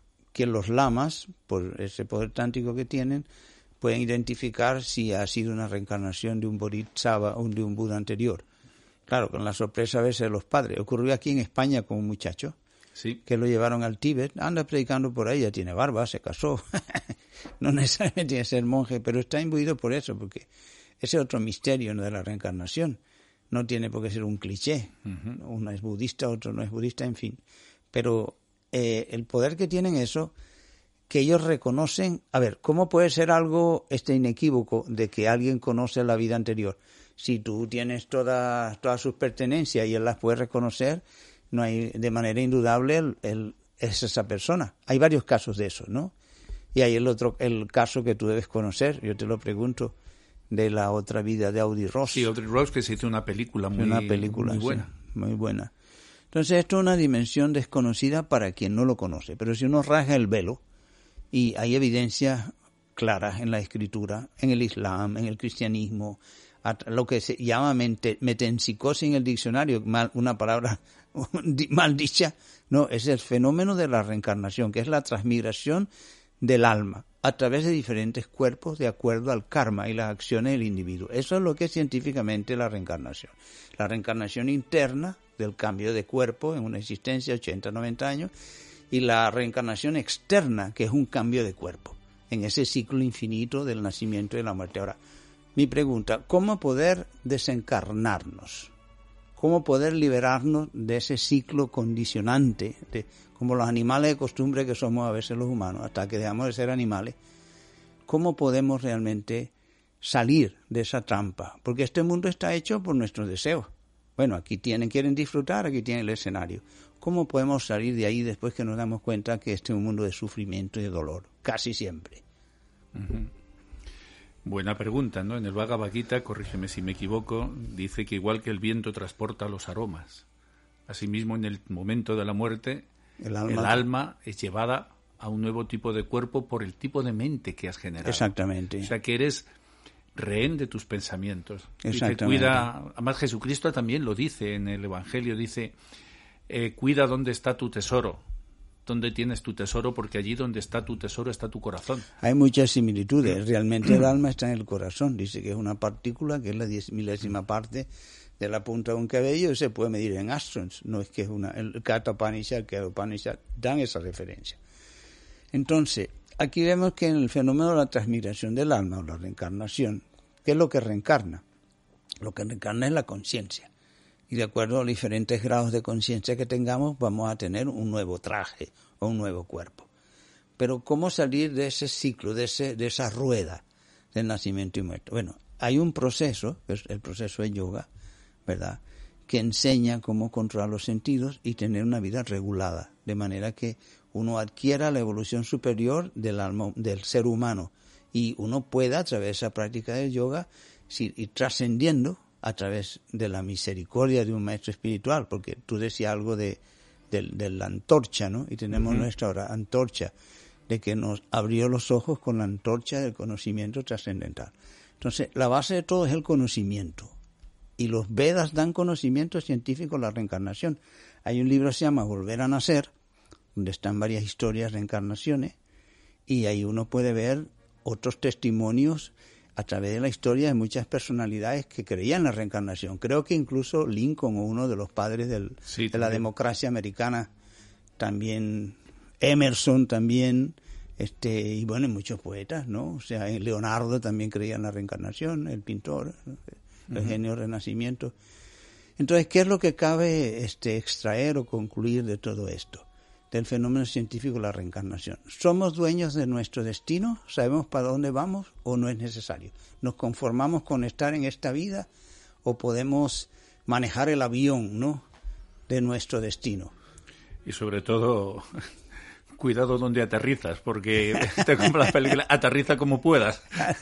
S5: los lamas, por ese poder tántrico que tienen, pueden identificar si ha sido una reencarnación de un bodhisattva o de un Buda anterior. Claro, con la sorpresa a veces de los padres. Ocurrió aquí en España con un muchacho,
S4: sí,
S5: que lo llevaron al Tíbet, anda predicando por ahí, ya tiene barba, se casó. No necesariamente tiene que ser monje, pero está imbuido por eso, porque ese es otro misterio, ¿no?, de la reencarnación. No tiene por qué ser un cliché. Uno es budista, otro no es budista, en fin. Pero el poder que tienen eso, que ellos reconocen... A ver, ¿cómo puede ser algo inequívoco de que alguien conoce la vida anterior? Si tú tienes todas sus pertenencias y él las puede reconocer, no hay de manera indudable es esa persona. Hay varios casos de eso, ¿no? Y hay el caso que tú debes conocer, yo te lo pregunto, de la otra vida de Audrey Ross.
S4: Sí, Audrey Ross, que se hizo una película muy buena.
S5: Sí, muy buena. Entonces esto es una dimensión desconocida para quien no lo conoce, pero si uno rasga el velo, y hay evidencias claras en la escritura, en el Islam, en el cristianismo, lo que se llama metempsicosis en el diccionario, una palabra mal dicha, no, es el fenómeno de la reencarnación, que es la transmigración del alma a través de diferentes cuerpos de acuerdo al karma y las acciones del individuo. Eso es lo que es científicamente la reencarnación. La reencarnación interna del cambio de cuerpo en una existencia de 80, 90 años, y la reencarnación externa, que es un cambio de cuerpo, en ese ciclo infinito del nacimiento y de la muerte. Ahora, mi pregunta, ¿cómo poder desencarnarnos? ¿Cómo poder liberarnos de ese ciclo condicionante, como los animales de costumbre que somos a veces los humanos, hasta que dejamos de ser animales? ¿Cómo podemos realmente salir de esa trampa? Porque este mundo está hecho por nuestros deseos. Bueno, aquí quieren disfrutar, aquí tienen el escenario. ¿Cómo podemos salir de ahí después que nos damos cuenta que este es un mundo de sufrimiento y de dolor? Casi siempre.
S4: Buena pregunta, ¿no? En el Bhagavad Gita, corrígeme si me equivoco, dice que igual que el viento transporta los aromas, asimismo en el momento de la muerte, el alma es llevada a un nuevo tipo de cuerpo por el tipo de mente que has generado.
S5: Exactamente.
S4: O sea que eres rehén de tus pensamientos.
S5: Exactamente.
S4: Y te cuida, además Jesucristo también lo dice en el Evangelio, dice, cuida dónde está tu tesoro. ¿Dónde tienes tu tesoro? Porque allí donde está tu tesoro está tu corazón.
S5: Hay muchas similitudes. Realmente el alma está en el corazón. Dice que es una partícula que es la 10.000ª parte de la punta de un cabello y se puede medir en astrons. No es que es el Katha Upanishad, que Upanishad dan esa referencia. Entonces, aquí vemos que en el fenómeno de la transmigración del alma o la reencarnación, ¿qué es lo que reencarna? Lo que reencarna es la conciencia. Y de acuerdo a los diferentes grados de conciencia que tengamos, vamos a tener un nuevo traje o un nuevo cuerpo. Pero ¿cómo salir de ese ciclo, de esa rueda del nacimiento y muerte? Bueno, hay un proceso, que es el proceso de yoga, ¿verdad?, que enseña cómo controlar los sentidos y tener una vida regulada, de manera que uno adquiera la evolución superior del alma, del ser humano, y uno pueda, a través de esa práctica del yoga, ir trascendiendo a través de la misericordia de un maestro espiritual, porque tú decías algo de la antorcha, ¿no? Y tenemos nuestra antorcha, de que nos abrió los ojos con la antorcha del conocimiento trascendental. Entonces, la base de todo es el conocimiento. Y los Vedas dan conocimiento científico a la reencarnación. Hay un libro que se llama Volver a Nacer, donde están varias historias, reencarnaciones, y ahí uno puede ver otros testimonios a través de la historia de muchas personalidades que creían en la reencarnación. Creo que incluso Lincoln, o uno de los padres de la democracia americana, también Emerson también, y bueno, muchos poetas, ¿no? O sea, Leonardo también creía en la reencarnación, el pintor, el genio del Renacimiento. Entonces, ¿qué es lo que cabe extraer o concluir de todo esto? del fenómeno científico de la reencarnación. ¿Somos dueños de nuestro destino? ¿Sabemos para dónde vamos o no es necesario? ¿Nos conformamos con estar en esta vida o podemos manejar el avión, ¿no?, de nuestro destino?
S4: Y sobre todo, cuidado donde aterrizas, porque te compras la película, aterriza como puedas.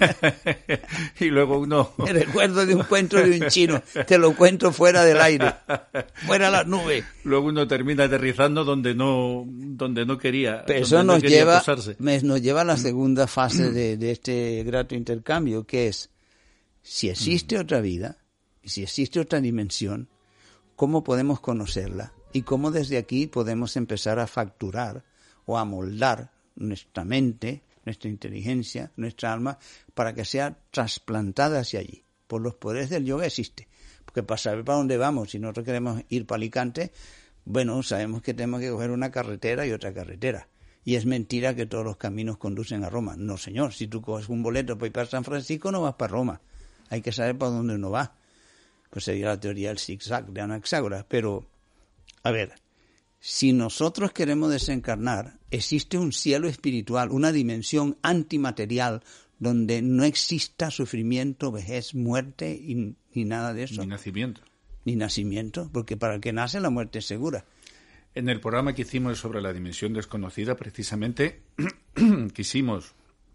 S4: Y luego uno...
S5: Me recuerdo de un cuento de un chino, te lo cuento fuera del aire, fuera las nubes.
S4: Luego uno termina aterrizando donde no quería.
S5: Pero eso
S4: nos
S5: lleva a la segunda fase de este grato intercambio, que es, si existe otra vida, si existe otra dimensión, ¿cómo podemos conocerla? Y cómo desde aquí podemos empezar a facturar o a moldar nuestra mente, nuestra inteligencia, nuestra alma, para que sea trasplantada hacia allí. Por los poderes del yoga existe. Porque para saber para dónde vamos, si nosotros queremos ir para Alicante, bueno, sabemos que tenemos que coger una carretera y otra carretera. Y es mentira que todos los caminos conducen a Roma. No, señor, si tú coges un boleto para ir para San Francisco, no vas para Roma. Hay que saber para dónde uno va. Pues sería la teoría del zigzag de Anaxágoras. Pero, a ver, si nosotros queremos desencarnar, existe un cielo espiritual, una dimensión antimaterial donde no exista sufrimiento, vejez, muerte ni nada de eso.
S4: Ni nacimiento.
S5: Ni nacimiento, porque para el que nace la muerte es segura.
S4: En el programa que hicimos sobre la dimensión desconocida, precisamente quisimos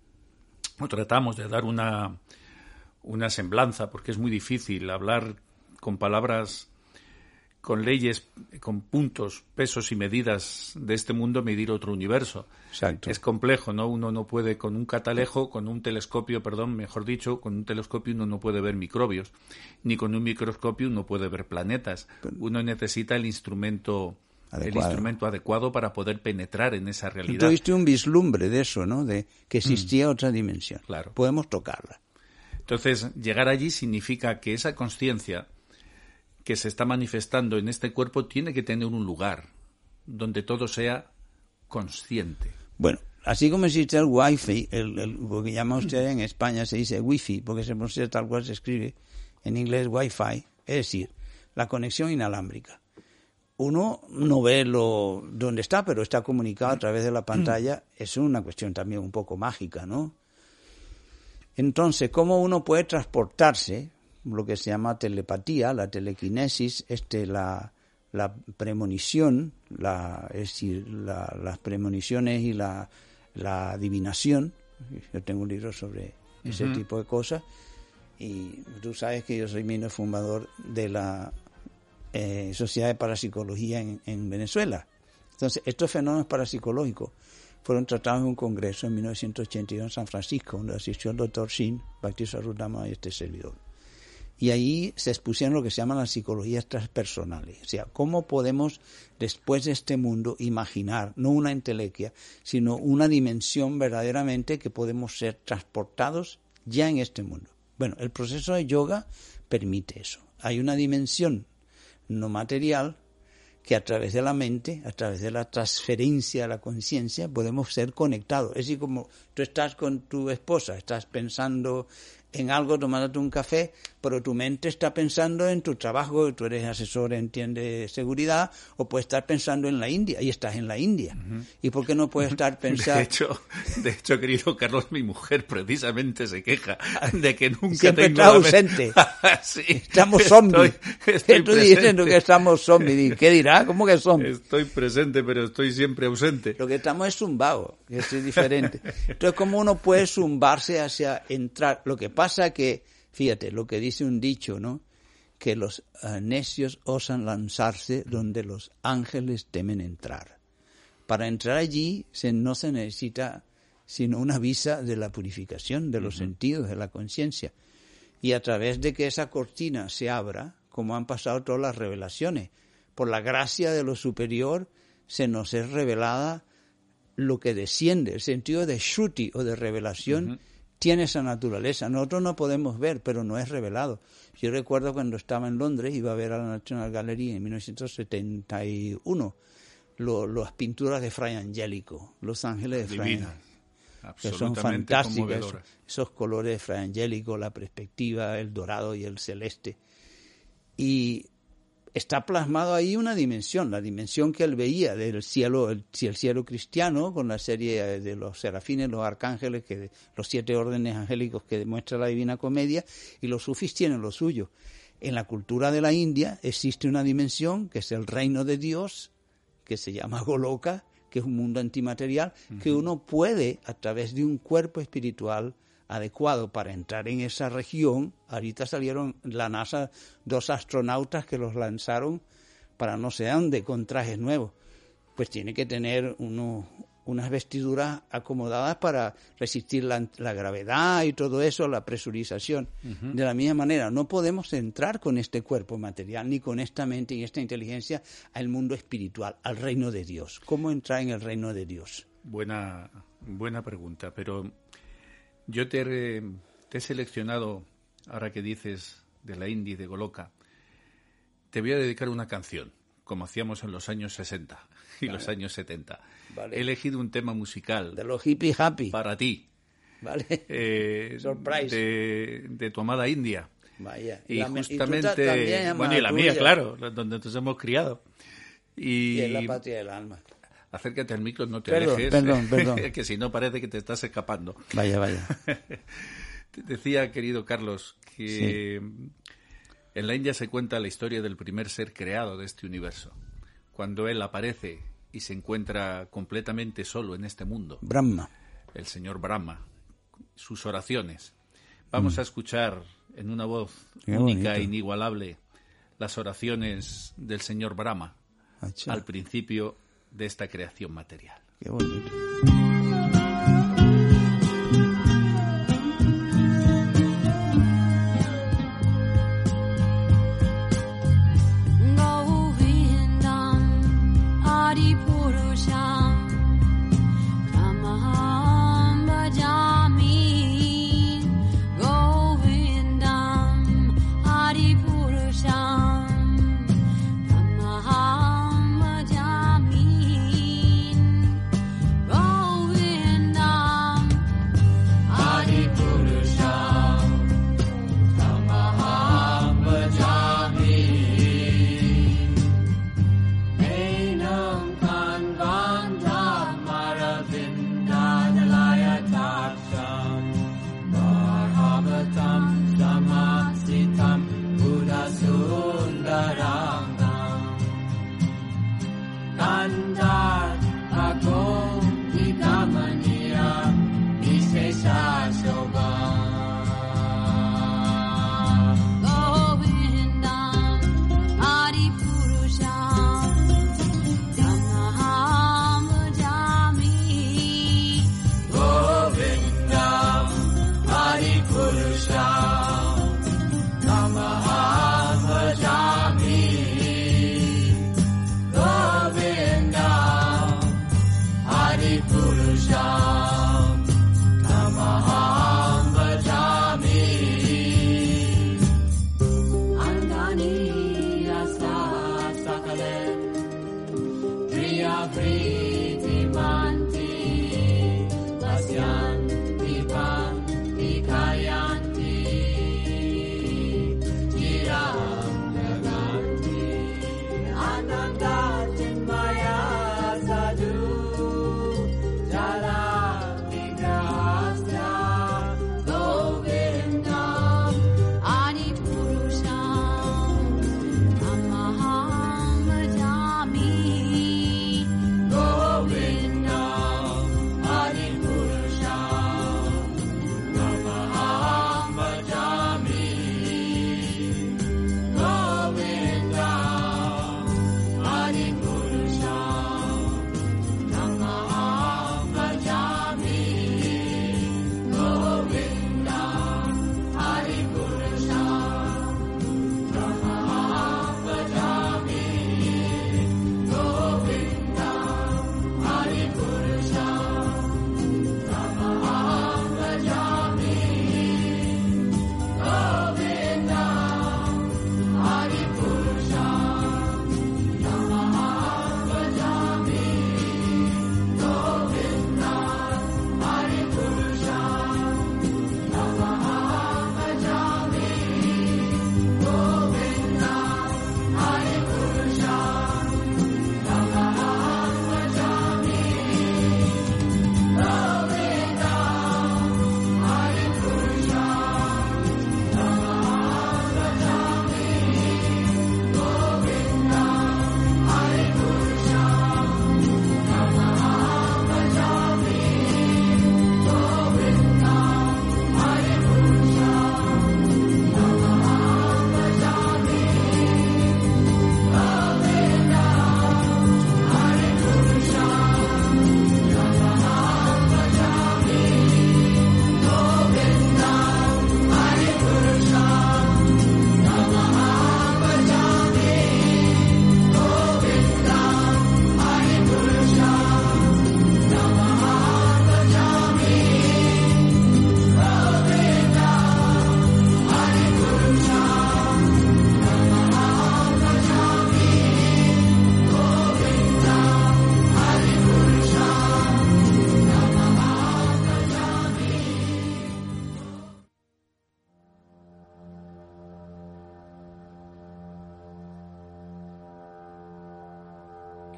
S4: o tratamos de dar una semblanza, porque es muy difícil hablar con palabras, con leyes, con puntos, pesos y medidas de este mundo, medir otro universo.
S5: Exacto.
S4: Es complejo, ¿no? Uno no puede con un telescopio uno no puede ver microbios, ni con un microscopio uno puede ver planetas. Uno necesita el instrumento adecuado para poder penetrar en esa realidad.
S5: Tú tuviste un vislumbre de eso, ¿no? De que existía otra dimensión.
S4: Claro.
S5: Podemos tocarla.
S4: Entonces, llegar allí significa que esa conciencia que se está manifestando en este cuerpo tiene que tener un lugar donde todo sea consciente.
S5: Bueno, así como existe el wifi, lo que llama usted en España se dice wifi, porque se pronuncia tal cual se escribe en inglés wifi, es decir, la conexión inalámbrica. Uno no ve dónde está, pero está comunicado a través de la pantalla. Es una cuestión también un poco mágica, ¿no? Entonces, ¿cómo uno puede transportarse? Lo que se llama telepatía, la telequinesis, la premonición, es decir, las premoniciones y la adivinación. Yo tengo un libro sobre ese tipo de cosas, y tú sabes que yo soy miembro fundador de la Sociedad de Parapsicología en Venezuela. Entonces, estos fenómenos parapsicológicos fueron tratados en un congreso en 1982 en San Francisco, donde asistió el doctor Shin, Bhakti Sarudama y este servidor. Y ahí se expusieron lo que se llaman las psicologías transpersonales. O sea, cómo podemos, después de este mundo, imaginar, no una entelequia, sino una dimensión verdaderamente que podemos ser transportados ya en este mundo. Bueno, el proceso de yoga permite eso. Hay una dimensión no material que a través de la mente, a través de la transferencia de la conciencia, podemos ser conectados. Es decir, como tú estás con tu esposa, estás pensando en algo, tomándote un café, pero tu mente está pensando en tu trabajo, tú eres asesor en tienda de seguridad, o puedes estar pensando en la India, y estás en la India. ¿Y por qué no puedes estar pensando?
S4: De hecho, querido Carlos, mi mujer precisamente se queja de que nunca
S5: siempre
S4: tengo
S5: está ausente.
S4: Sí,
S5: estamos zombies.
S4: Estoy
S5: Tú diciendo que estamos zombies. ¿Qué dirá? ¿Cómo que zombies?
S4: Estoy presente, pero estoy siempre ausente.
S5: Lo que estamos es zumbado, que es diferente. Entonces, ¿cómo uno puede zumbarse hacia entrar? Lo que pasa que, fíjate, lo que dice un dicho, ¿no? Que los necios osan lanzarse donde los ángeles temen entrar. Para entrar allí no se necesita sino una visa de la purificación de los sentidos, de la conciencia. Y a través de que esa cortina se abra, como han pasado todas las revelaciones, por la gracia de lo superior se nos es revelada lo que desciende. El sentido de Shruti o de revelación tiene esa naturaleza. Nosotros no podemos ver, pero no es revelado. Yo recuerdo cuando estaba en Londres, iba a ver a la National Gallery en 1971, las pinturas de Fray Angelico, Los Ángeles de Fray Angelico, que son fantásticas, esos colores de Fray Angelico, la perspectiva, el dorado y el celeste. Y está plasmado ahí una dimensión, la dimensión que él veía del cielo, el cielo cristiano, con la serie de los serafines, los arcángeles, los 7 órdenes angélicos que demuestra la Divina Comedia, y los sufís tienen lo suyo. En la cultura de la India existe una dimensión que es el reino de Dios, que se llama Goloka, que es un mundo antimaterial, que uno puede, a través de un cuerpo espiritual adecuado para entrar en esa región. Ahorita salieron la NASA 2 astronautas que los lanzaron para no sé dónde, con trajes nuevos. Pues tiene que tener unas vestiduras acomodadas para resistir la gravedad y todo eso, la presurización. De la misma manera, no podemos entrar con este cuerpo material, ni con esta mente y esta inteligencia al mundo espiritual, al reino de Dios. ¿Cómo entrar en el reino de Dios?
S4: Buena pregunta, pero yo te he seleccionado, ahora que dices de la India y de Goloka, te voy a dedicar una canción, como hacíamos en los años 60 y los años 70.
S5: Vale.
S4: He elegido un tema musical
S5: de los hippie happy
S4: para ti,
S5: vale.
S4: Surprise, de tu amada India.
S5: Vaya.
S4: Y justamente,
S5: y
S4: la mía, claro, donde nos hemos criado. Y
S5: es la patria del alma.
S4: Acércate al micro, no te alejes.
S5: Perdón.
S4: Que si no parece que te estás escapando.
S5: Vaya.
S4: Te decía, querido Carlos, que en la India se cuenta la historia del primer ser creado de este universo. Cuando él aparece y se encuentra completamente solo en este mundo.
S5: Brahma.
S4: El señor Brahma. Sus oraciones. Vamos a escuchar en una voz única e inigualable las oraciones del señor Brahma al principio de esta creación material.
S5: Qué bonito.
S7: Oh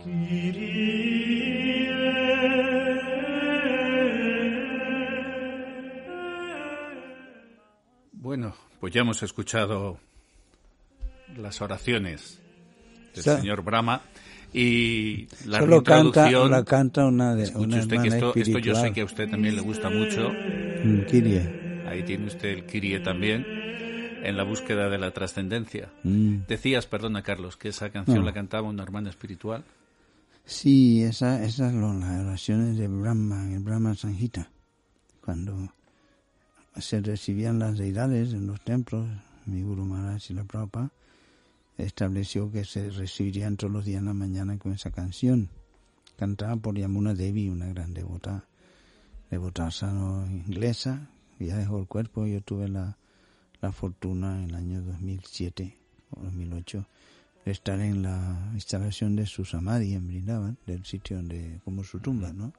S4: Bueno, pues ya hemos escuchado las oraciones del señor Brahma y la introducción.
S5: La canta una de
S4: escuche usted que esto yo sé que a usted también le gusta mucho.
S5: Kyrie.
S4: Ahí tiene usted el Kyrie también, en la búsqueda de la trascendencia. Decías, perdona Carlos, que esa canción la cantaba una hermana espiritual.
S5: Sí, esas son las oraciones de Brahma, el Brahma Sanghita, cuando se recibían las deidades en los templos. Mi Guru Maharaj Srila Prabhupada estableció que se recibirían todos los días en la mañana con esa canción, cantada por Yamuna Devi, una gran devota sano inglesa. Ya dejó el cuerpo. Yo tuve la fortuna en el año 2007 o 2008 de estar en la instalación de su samadhi en Vrindavan, del sitio donde como su tumba, ¿no?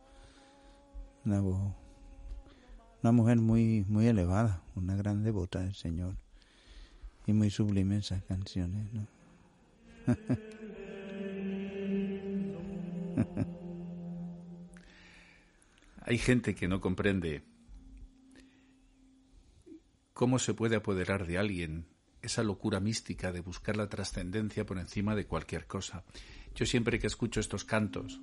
S5: Una mujer muy muy elevada, una gran devota del Señor, y muy sublime esas canciones, ¿no?
S4: Hay gente que no comprende cómo se puede apoderar de alguien esa locura mística de buscar la trascendencia por encima de cualquier cosa. Yo siempre que escucho estos cantos,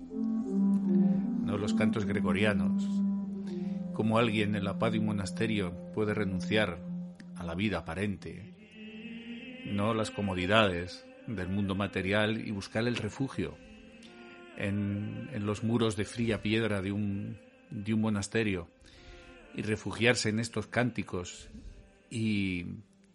S4: no los cantos gregorianos, cómo alguien en la paz de un monasterio puede renunciar a la vida aparente, no las comodidades del mundo material, y buscar el refugio en los muros de fría piedra de un monasterio, y refugiarse en estos cánticos, y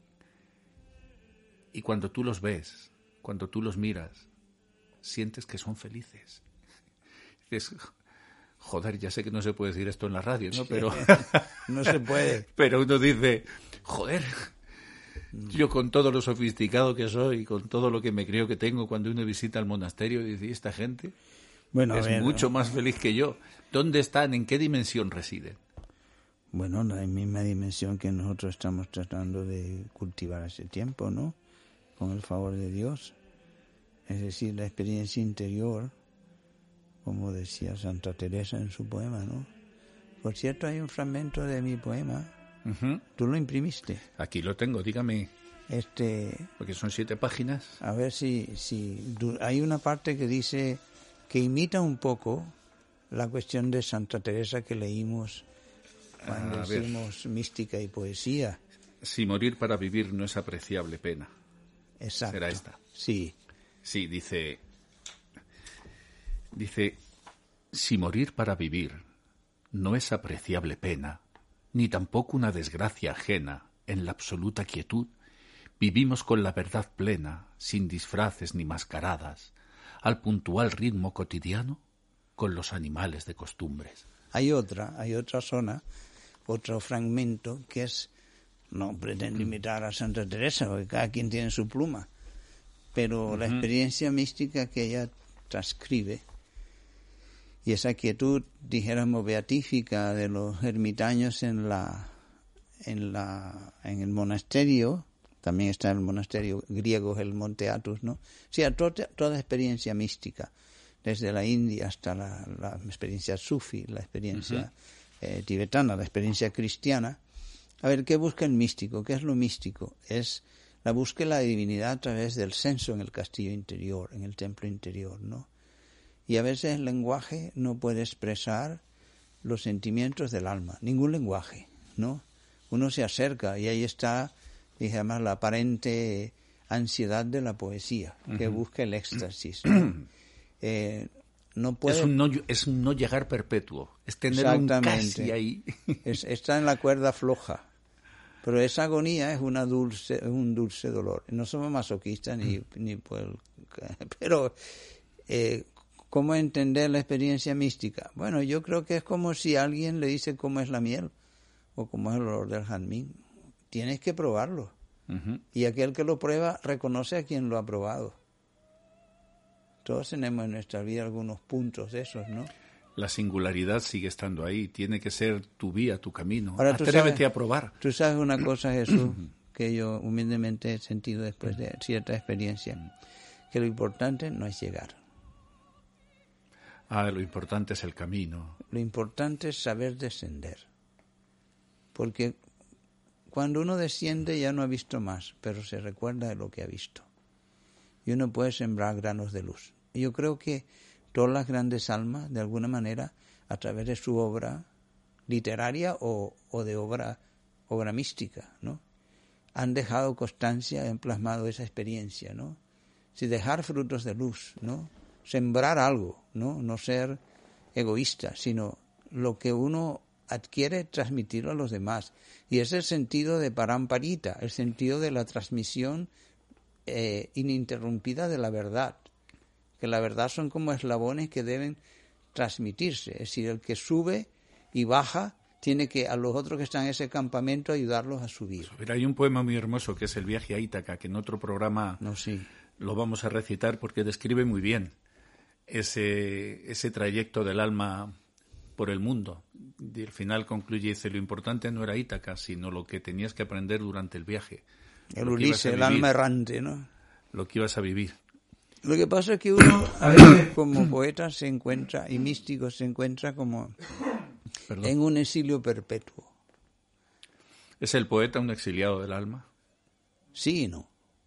S4: cuando tú los ves, cuando tú los miras, sientes que son felices. Dices, joder, ya sé que no se puede decir esto en la radio, ¿no? Pero
S5: no se puede.
S4: Pero uno dice, joder, yo con todo lo sofisticado que soy, con todo lo que me creo que tengo, cuando uno visita el monasterio, dice, ¿y esta gente? Bueno, es mucho más feliz que yo. ¿Dónde están? ¿En qué dimensión residen?
S5: Bueno, la misma dimensión que nosotros estamos tratando de cultivar hace tiempo, ¿no? Con el favor de Dios. Es decir, la experiencia interior, como decía Santa Teresa en su poema, ¿no? Por cierto, hay un fragmento de mi poema. Uh-huh. ¿Tú lo imprimiste?
S4: Aquí lo tengo, dígame. Porque son 7 páginas.
S5: A ver si hay una parte que dice que imita un poco la cuestión de Santa Teresa que leímos cuando hicimos mística y poesía.
S4: Si morir para vivir no es apreciable pena.
S5: Exacto.
S4: Será esta.
S5: Sí.
S4: Sí, dice, si morir para vivir no es apreciable pena, ni tampoco una desgracia ajena, en la absoluta quietud, vivimos con la verdad plena, sin disfraces ni mascaradas, al puntual ritmo cotidiano, con los animales de costumbres.
S5: Hay otra zona, otro fragmento que es, no pretende imitar a Santa Teresa, porque cada quien tiene su pluma, pero la experiencia mística que ella transcribe y esa quietud, dijéramos, beatífica de los ermitaños en el monasterio, también está el monasterio griego, el Monte Athos, ¿no? Sí, toda experiencia mística, desde la India hasta la experiencia sufi, la experiencia tibetana, la experiencia cristiana. A ver, ¿qué busca el místico? ¿Qué es lo místico? Es la búsqueda de la divinidad a través del censo en el castillo interior, en el templo interior, ¿no? Y a veces el lenguaje no puede expresar los sentimientos del alma, ningún lenguaje, ¿no? Uno se acerca y ahí está, digamos, la aparente ansiedad de la poesía, que busca el éxtasis, ¿no? No puede...
S4: es un no llegar perpetuo, es tener un casi ahí.
S5: Está en la cuerda floja, pero esa agonía es un dulce dolor. No somos masoquistas ni pues, pero ¿cómo entender la experiencia mística? Bueno, yo creo que es como si alguien le dice cómo es la miel o cómo es el olor del jazmín. Tienes que probarlo. Y aquel que lo prueba reconoce a quien lo ha probado. Todos tenemos en nuestra vida algunos puntos de esos, ¿no?
S4: La singularidad sigue estando ahí. Tiene que ser tu vía, tu camino. Ahora, atrévete a probar.
S5: Tú sabes una cosa, Jesús, que yo humildemente he sentido después de cierta experiencia, que lo importante no es llegar.
S4: Lo importante es el camino.
S5: Lo importante es saber descender. Porque cuando uno desciende ya no ha visto más, pero se recuerda de lo que ha visto. Y uno puede sembrar granos de luz. Y yo creo que todas las grandes almas, de alguna manera, a través de su obra literaria o de obra mística, ¿no?, han dejado constancia, han plasmado esa experiencia, ¿no? Si dejar frutos de luz, ¿no? Sembrar algo, ¿no? No ser egoísta, sino lo que uno adquiere, transmitirlo a los demás. Y es el sentido de paramparita, el sentido de la transmisión ininterrumpida de la verdad. Que la verdad son como eslabones que deben transmitirse. Es decir, el que sube y baja tiene que a los otros que están en ese campamento ayudarlos a subir.
S4: Pero hay un poema muy hermoso que es El viaje a Ítaca, que en otro programa lo vamos a recitar porque describe muy bien ese trayecto del alma por el mundo. Y al final concluye y dice, lo importante no era Ítaca, sino lo que tenías que aprender durante el viaje.
S5: El Ulises, el alma errante, ¿no?
S4: Lo que ibas a vivir.
S5: Lo que pasa es que uno, a veces, como poeta se encuentra, y místico se encuentra como en un exilio perpetuo.
S4: ¿Es el poeta un exiliado del alma?
S5: Sí y no.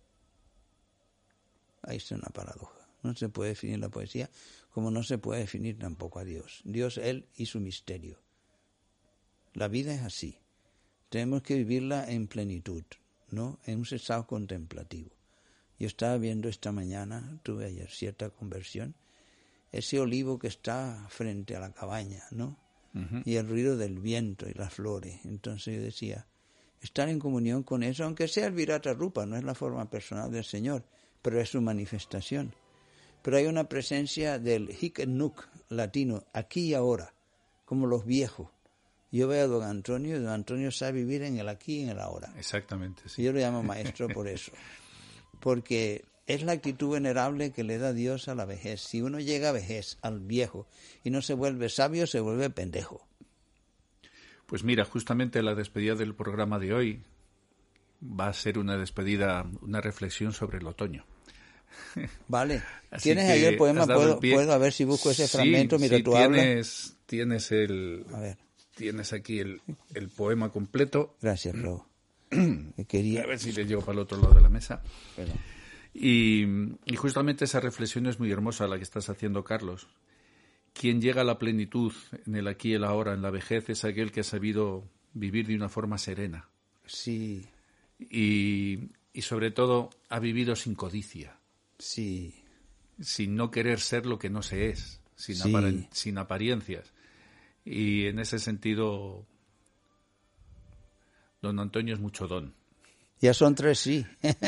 S5: Ahí está una paradoja. No se puede definir la poesía como no se puede definir tampoco a Dios. Dios, Él y su misterio. La vida es así. Tenemos que vivirla en plenitud, ¿no? En un estado contemplativo. Yo estaba viendo esta mañana, tuve ayer cierta conversión, ese olivo que está frente a la cabaña, ¿no? Uh-huh. Y el ruido del viento y las flores. Entonces yo decía, estar en comunión con eso, aunque sea el Virata Rupa, no es la forma personal del Señor, pero es su manifestación. Pero hay una presencia del hic et nunc latino, aquí y ahora, como los viejos. Yo veo a don Antonio sabe vivir en el aquí y en el ahora.
S4: Exactamente, sí.
S5: Yo lo llamo maestro por eso. Porque es la actitud venerable que le da Dios a la vejez. Si uno llega a vejez, al viejo, y no se vuelve sabio, se vuelve pendejo.
S4: Pues mira, justamente la despedida del programa de hoy va a ser una despedida, una reflexión sobre el otoño.
S5: Vale. ¿Tienes ahí el poema? ¿Puedo a ver si busco ese fragmento? Mira, tú hablas.
S4: Tienes
S5: a ver.
S4: Tienes aquí el poema completo.
S5: Gracias, Robo.
S4: A ver si le llego para el otro lado de la mesa. Y justamente esa reflexión es muy hermosa la que estás haciendo, Carlos. Quien llega a la plenitud en el aquí y el ahora, en la vejez, es aquel que ha sabido vivir de una forma serena.
S5: Sí.
S4: Y sobre todo ha vivido sin codicia.
S5: Sí.
S4: Sin no querer ser lo que no se es, sin apariencias. Y en ese sentido, don Antonio es mucho don.
S5: Ya son 3, sí.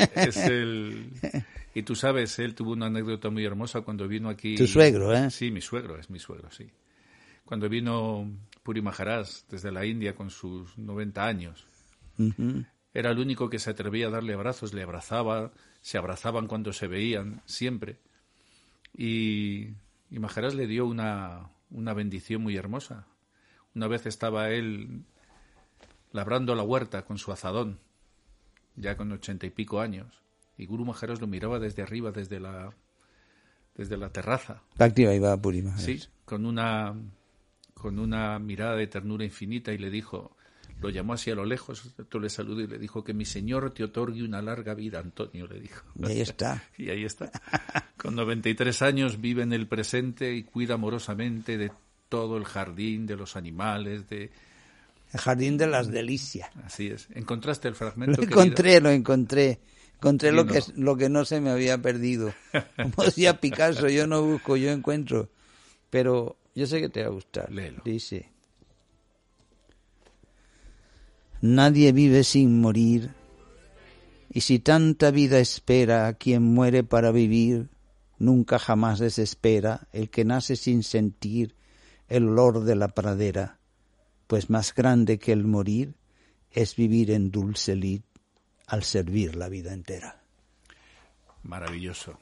S4: Y tú sabes, él tuvo una anécdota muy hermosa cuando vino aquí.
S5: Tu suegro, ¿eh?
S4: Sí, mi suegro, sí. Cuando vino Puri Maharaj desde la India con sus 90 años. Uh-huh. Era el único que se atrevía a darle abrazos, le abrazaba, se abrazaban cuando se veían, siempre. Y Maharaj le dio una bendición muy hermosa. Una vez estaba él labrando la huerta con su azadón, ya con 80 y pico años, y Guru Maharaj lo miraba desde arriba, desde la terraza.
S5: Activa iba Puri Maharaj.
S4: Sí, con una mirada de ternura infinita, y le dijo, lo llamó hacia lo lejos, le saludó y le dijo, que mi Señor te otorgue una larga vida, Antonio, le dijo.
S5: Y ahí está.
S4: Y ahí está. Con 93 años vive en el presente y cuida amorosamente de todo el jardín, de los animales, el
S5: jardín de las delicias.
S4: Así es. ¿Encontraste el fragmento?
S5: Lo encontré. Encontré lo que no se me había perdido. Como decía Picasso, yo no busco, yo encuentro. Pero yo sé que te va a gustar.
S4: Léelo.
S5: Dice: nadie vive sin morir, y si tanta vida espera a quien muere para vivir, nunca jamás desespera el que nace sin sentir el olor de la pradera, pues más grande que el morir es vivir en dulce lid al servir la vida entera.
S4: Maravilloso.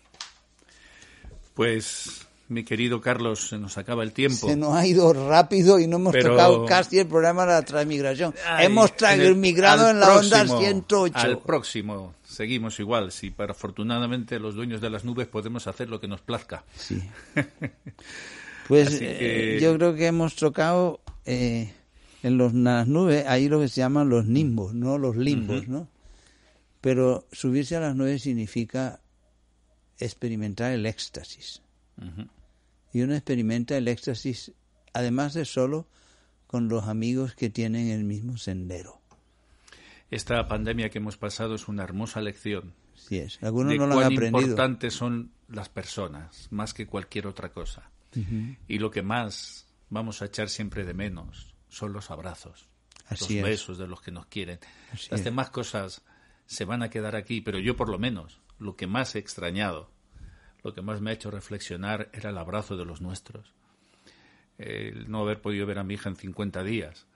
S4: Pues, mi querido Carlos, se nos acaba el tiempo.
S5: Se nos ha ido rápido y no hemos tocado casi el programa de la transmigración. Hemos transmigrado en la onda 108.
S4: Al próximo seguimos igual. Si afortunadamente los dueños de las nubes podemos hacer lo que nos plazca.
S5: Sí. Pues
S4: que...
S5: yo creo que hemos tocado en las nubes, ahí lo que se llaman los nimbos, no los limbos, ¿no? Pero subirse a las nubes significa experimentar el éxtasis. Y uno experimenta el éxtasis, además de solo, con los amigos que tienen el mismo sendero.
S4: Esta pandemia que hemos pasado es una hermosa lección.
S5: Sí es. Algunos
S4: de
S5: no lo han
S4: cuán
S5: aprendido.
S4: importantes son las personas, más que cualquier otra cosa. Y lo que más vamos a echar siempre de menos son los abrazos,
S5: Así
S4: los
S5: es.
S4: besos de los que nos quieren.
S5: Así
S4: Las
S5: es.
S4: demás cosas se van a quedar aquí, pero yo por lo menos, lo que más he extrañado, lo que más me ha hecho reflexionar era el abrazo de los nuestros. El no haber podido ver a mi hija en 50 días,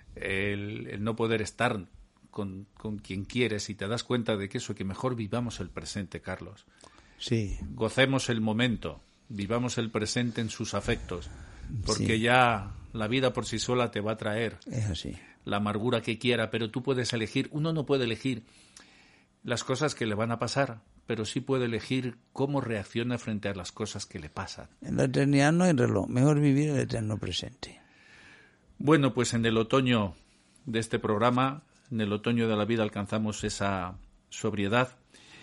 S4: el no poder estar con quien quieres, y te das cuenta de que eso, que mejor vivamos el presente, Carlos.
S5: Sí.
S4: Gocemos el momento, vivamos el presente en sus afectos, porque
S5: Sí.
S4: ya la vida por sí sola te va a traer
S5: Es así.
S4: la amargura que quiera, pero tú puedes elegir. Uno no puede elegir las cosas que le van a pasar, pero sí puede elegir cómo reacciona frente a las cosas que le pasan.
S5: En la eternidad no hay reloj, mejor vivir el eterno presente.
S4: Bueno, pues en el otoño de este programa, en el otoño de la vida, alcanzamos esa sobriedad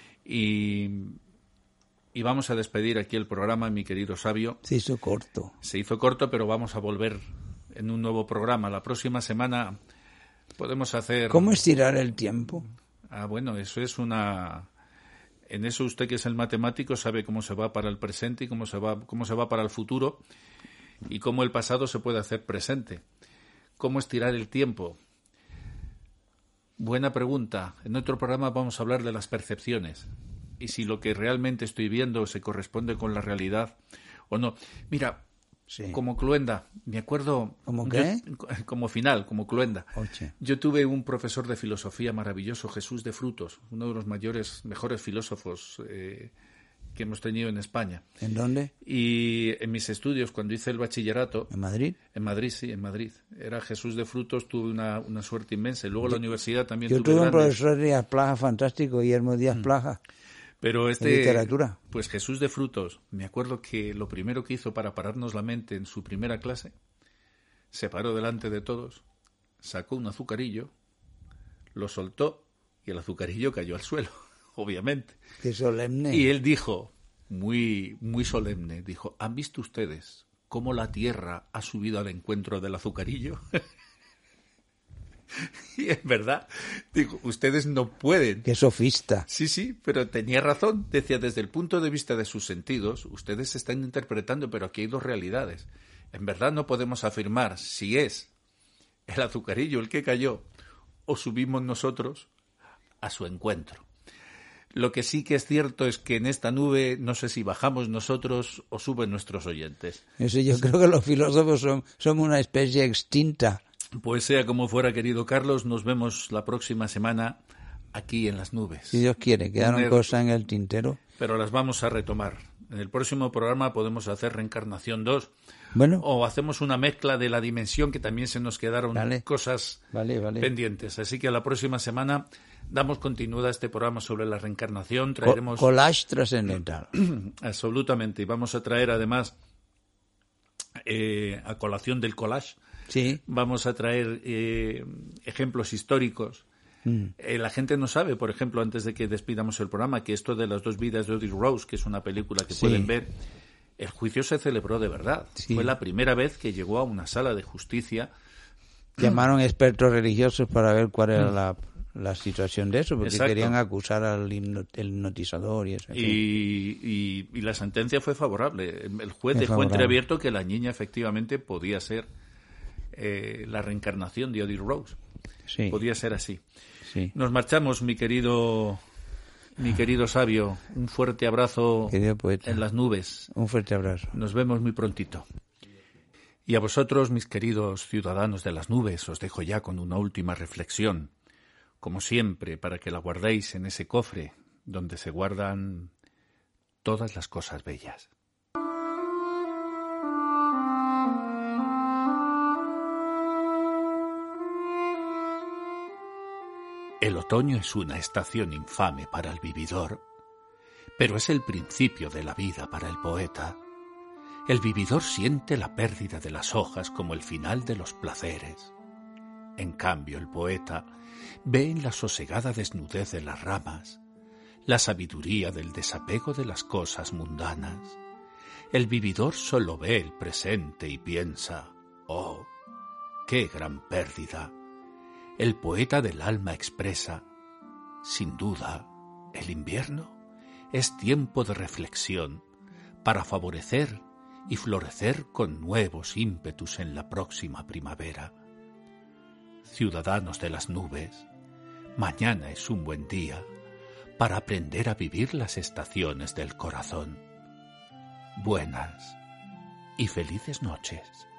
S4: y vamos a despedir aquí el programa, mi querido Sabio.
S5: Se hizo corto.
S4: Se hizo corto, pero vamos a volver en un nuevo programa. La próxima semana podemos hacer...
S5: ¿Cómo estirar el tiempo?
S4: Bueno, eso es una... En eso usted, que es el matemático, sabe cómo se va para el presente y cómo se va para el futuro, y cómo el pasado se puede hacer presente. ¿Cómo estirar el tiempo? Buena pregunta. En otro programa vamos a hablar de las percepciones y si lo que realmente estoy viendo se corresponde con la realidad o no. Mira,
S5: Sí.
S4: como Cluenda, me acuerdo...
S5: ¿Cómo qué?
S4: Como final, como Cluenda.
S5: Oye.
S4: Yo tuve un profesor de filosofía maravilloso, Jesús de Frutos, uno de los mejores filósofos que hemos tenido en España.
S5: ¿En dónde?
S4: Y en mis estudios, cuando hice el bachillerato...
S5: ¿En Madrid?
S4: En Madrid, sí, en Madrid. Era Jesús de Frutos, tuve una suerte inmensa. Y luego en la universidad también
S5: Yo
S4: tuve
S5: tuve un
S4: grandes.
S5: profesor de Díaz Plaja fantástico, Guillermo Díaz Plaja,
S4: Pero
S5: de literatura.
S4: pues Jesús de Frutos, me acuerdo que lo primero que hizo para pararnos la mente en su primera clase, se paró delante de todos, sacó un azucarillo, lo soltó y el azucarillo cayó al suelo, obviamente.
S5: Qué solemne.
S4: Y él dijo, muy, muy solemne, dijo: ¿han visto ustedes cómo la tierra ha subido al encuentro del azucarillo? Y es verdad, digo, ustedes no pueden.
S5: Qué sofista.
S4: Sí, sí, pero tenía razón. Decía, desde el punto de vista de sus sentidos, ustedes se están interpretando, pero aquí hay dos realidades. En verdad no podemos afirmar si es el azucarillo el que cayó o subimos nosotros a su encuentro. Lo que sí que es cierto es que en esta nube no sé si bajamos nosotros o suben nuestros oyentes.
S5: Eso yo creo que los filósofos son una especie extinta.
S4: Pues sea como fuera, querido Carlos, nos vemos la próxima semana aquí en las nubes.
S5: Si Dios quiere, quedaron cosas en el tintero.
S4: Pero las vamos a retomar. En el próximo programa podemos hacer Reencarnación 2.
S5: Bueno.
S4: O hacemos una mezcla de la dimensión, que también se nos quedaron cosas pendientes. Así que la próxima semana damos continuidad a este programa sobre la reencarnación. Traeremos...
S5: Collage trascendental.
S4: Absolutamente. Y vamos a traer además, a colación del collage,
S5: sí,
S4: vamos a traer ejemplos históricos. La gente no sabe, por ejemplo, antes de que despidamos el programa, que esto de las dos vidas de Otis Rose, que es una película que pueden ver, el juicio se celebró de verdad. Sí. Fue la primera vez que llegó a una sala de justicia.
S5: Llamaron expertos religiosos para ver cuál era la situación de eso, porque querían acusar al hipnotizador y eso.
S4: Y la sentencia fue favorable. El juez dejó entreabierto que la niña efectivamente podía ser la reencarnación de Otis Rose.
S5: Sí.
S4: Podía ser así.
S5: Sí.
S4: Nos marchamos, mi querido Sabio. Un fuerte abrazo en las nubes.
S5: Un fuerte abrazo.
S4: Nos vemos muy prontito. Y a vosotros, mis queridos ciudadanos de las nubes, os dejo ya con una última reflexión, como siempre, para que la guardéis en ese cofre donde se guardan todas las cosas bellas. El otoño es una estación infame para el vividor, pero es el principio de la vida para el poeta. El vividor siente la pérdida de las hojas como el final de los placeres. En cambio, el poeta ve en la sosegada desnudez de las ramas la sabiduría del desapego de las cosas mundanas. El vividor solo ve el presente y piensa: ¡oh, qué gran pérdida! El poeta del alma expresa: sin duda, el invierno es tiempo de reflexión para favorecer y florecer con nuevos ímpetus en la próxima primavera. Ciudadanos de las nubes, mañana es un buen día para aprender a vivir las estaciones del corazón. Buenas y felices noches.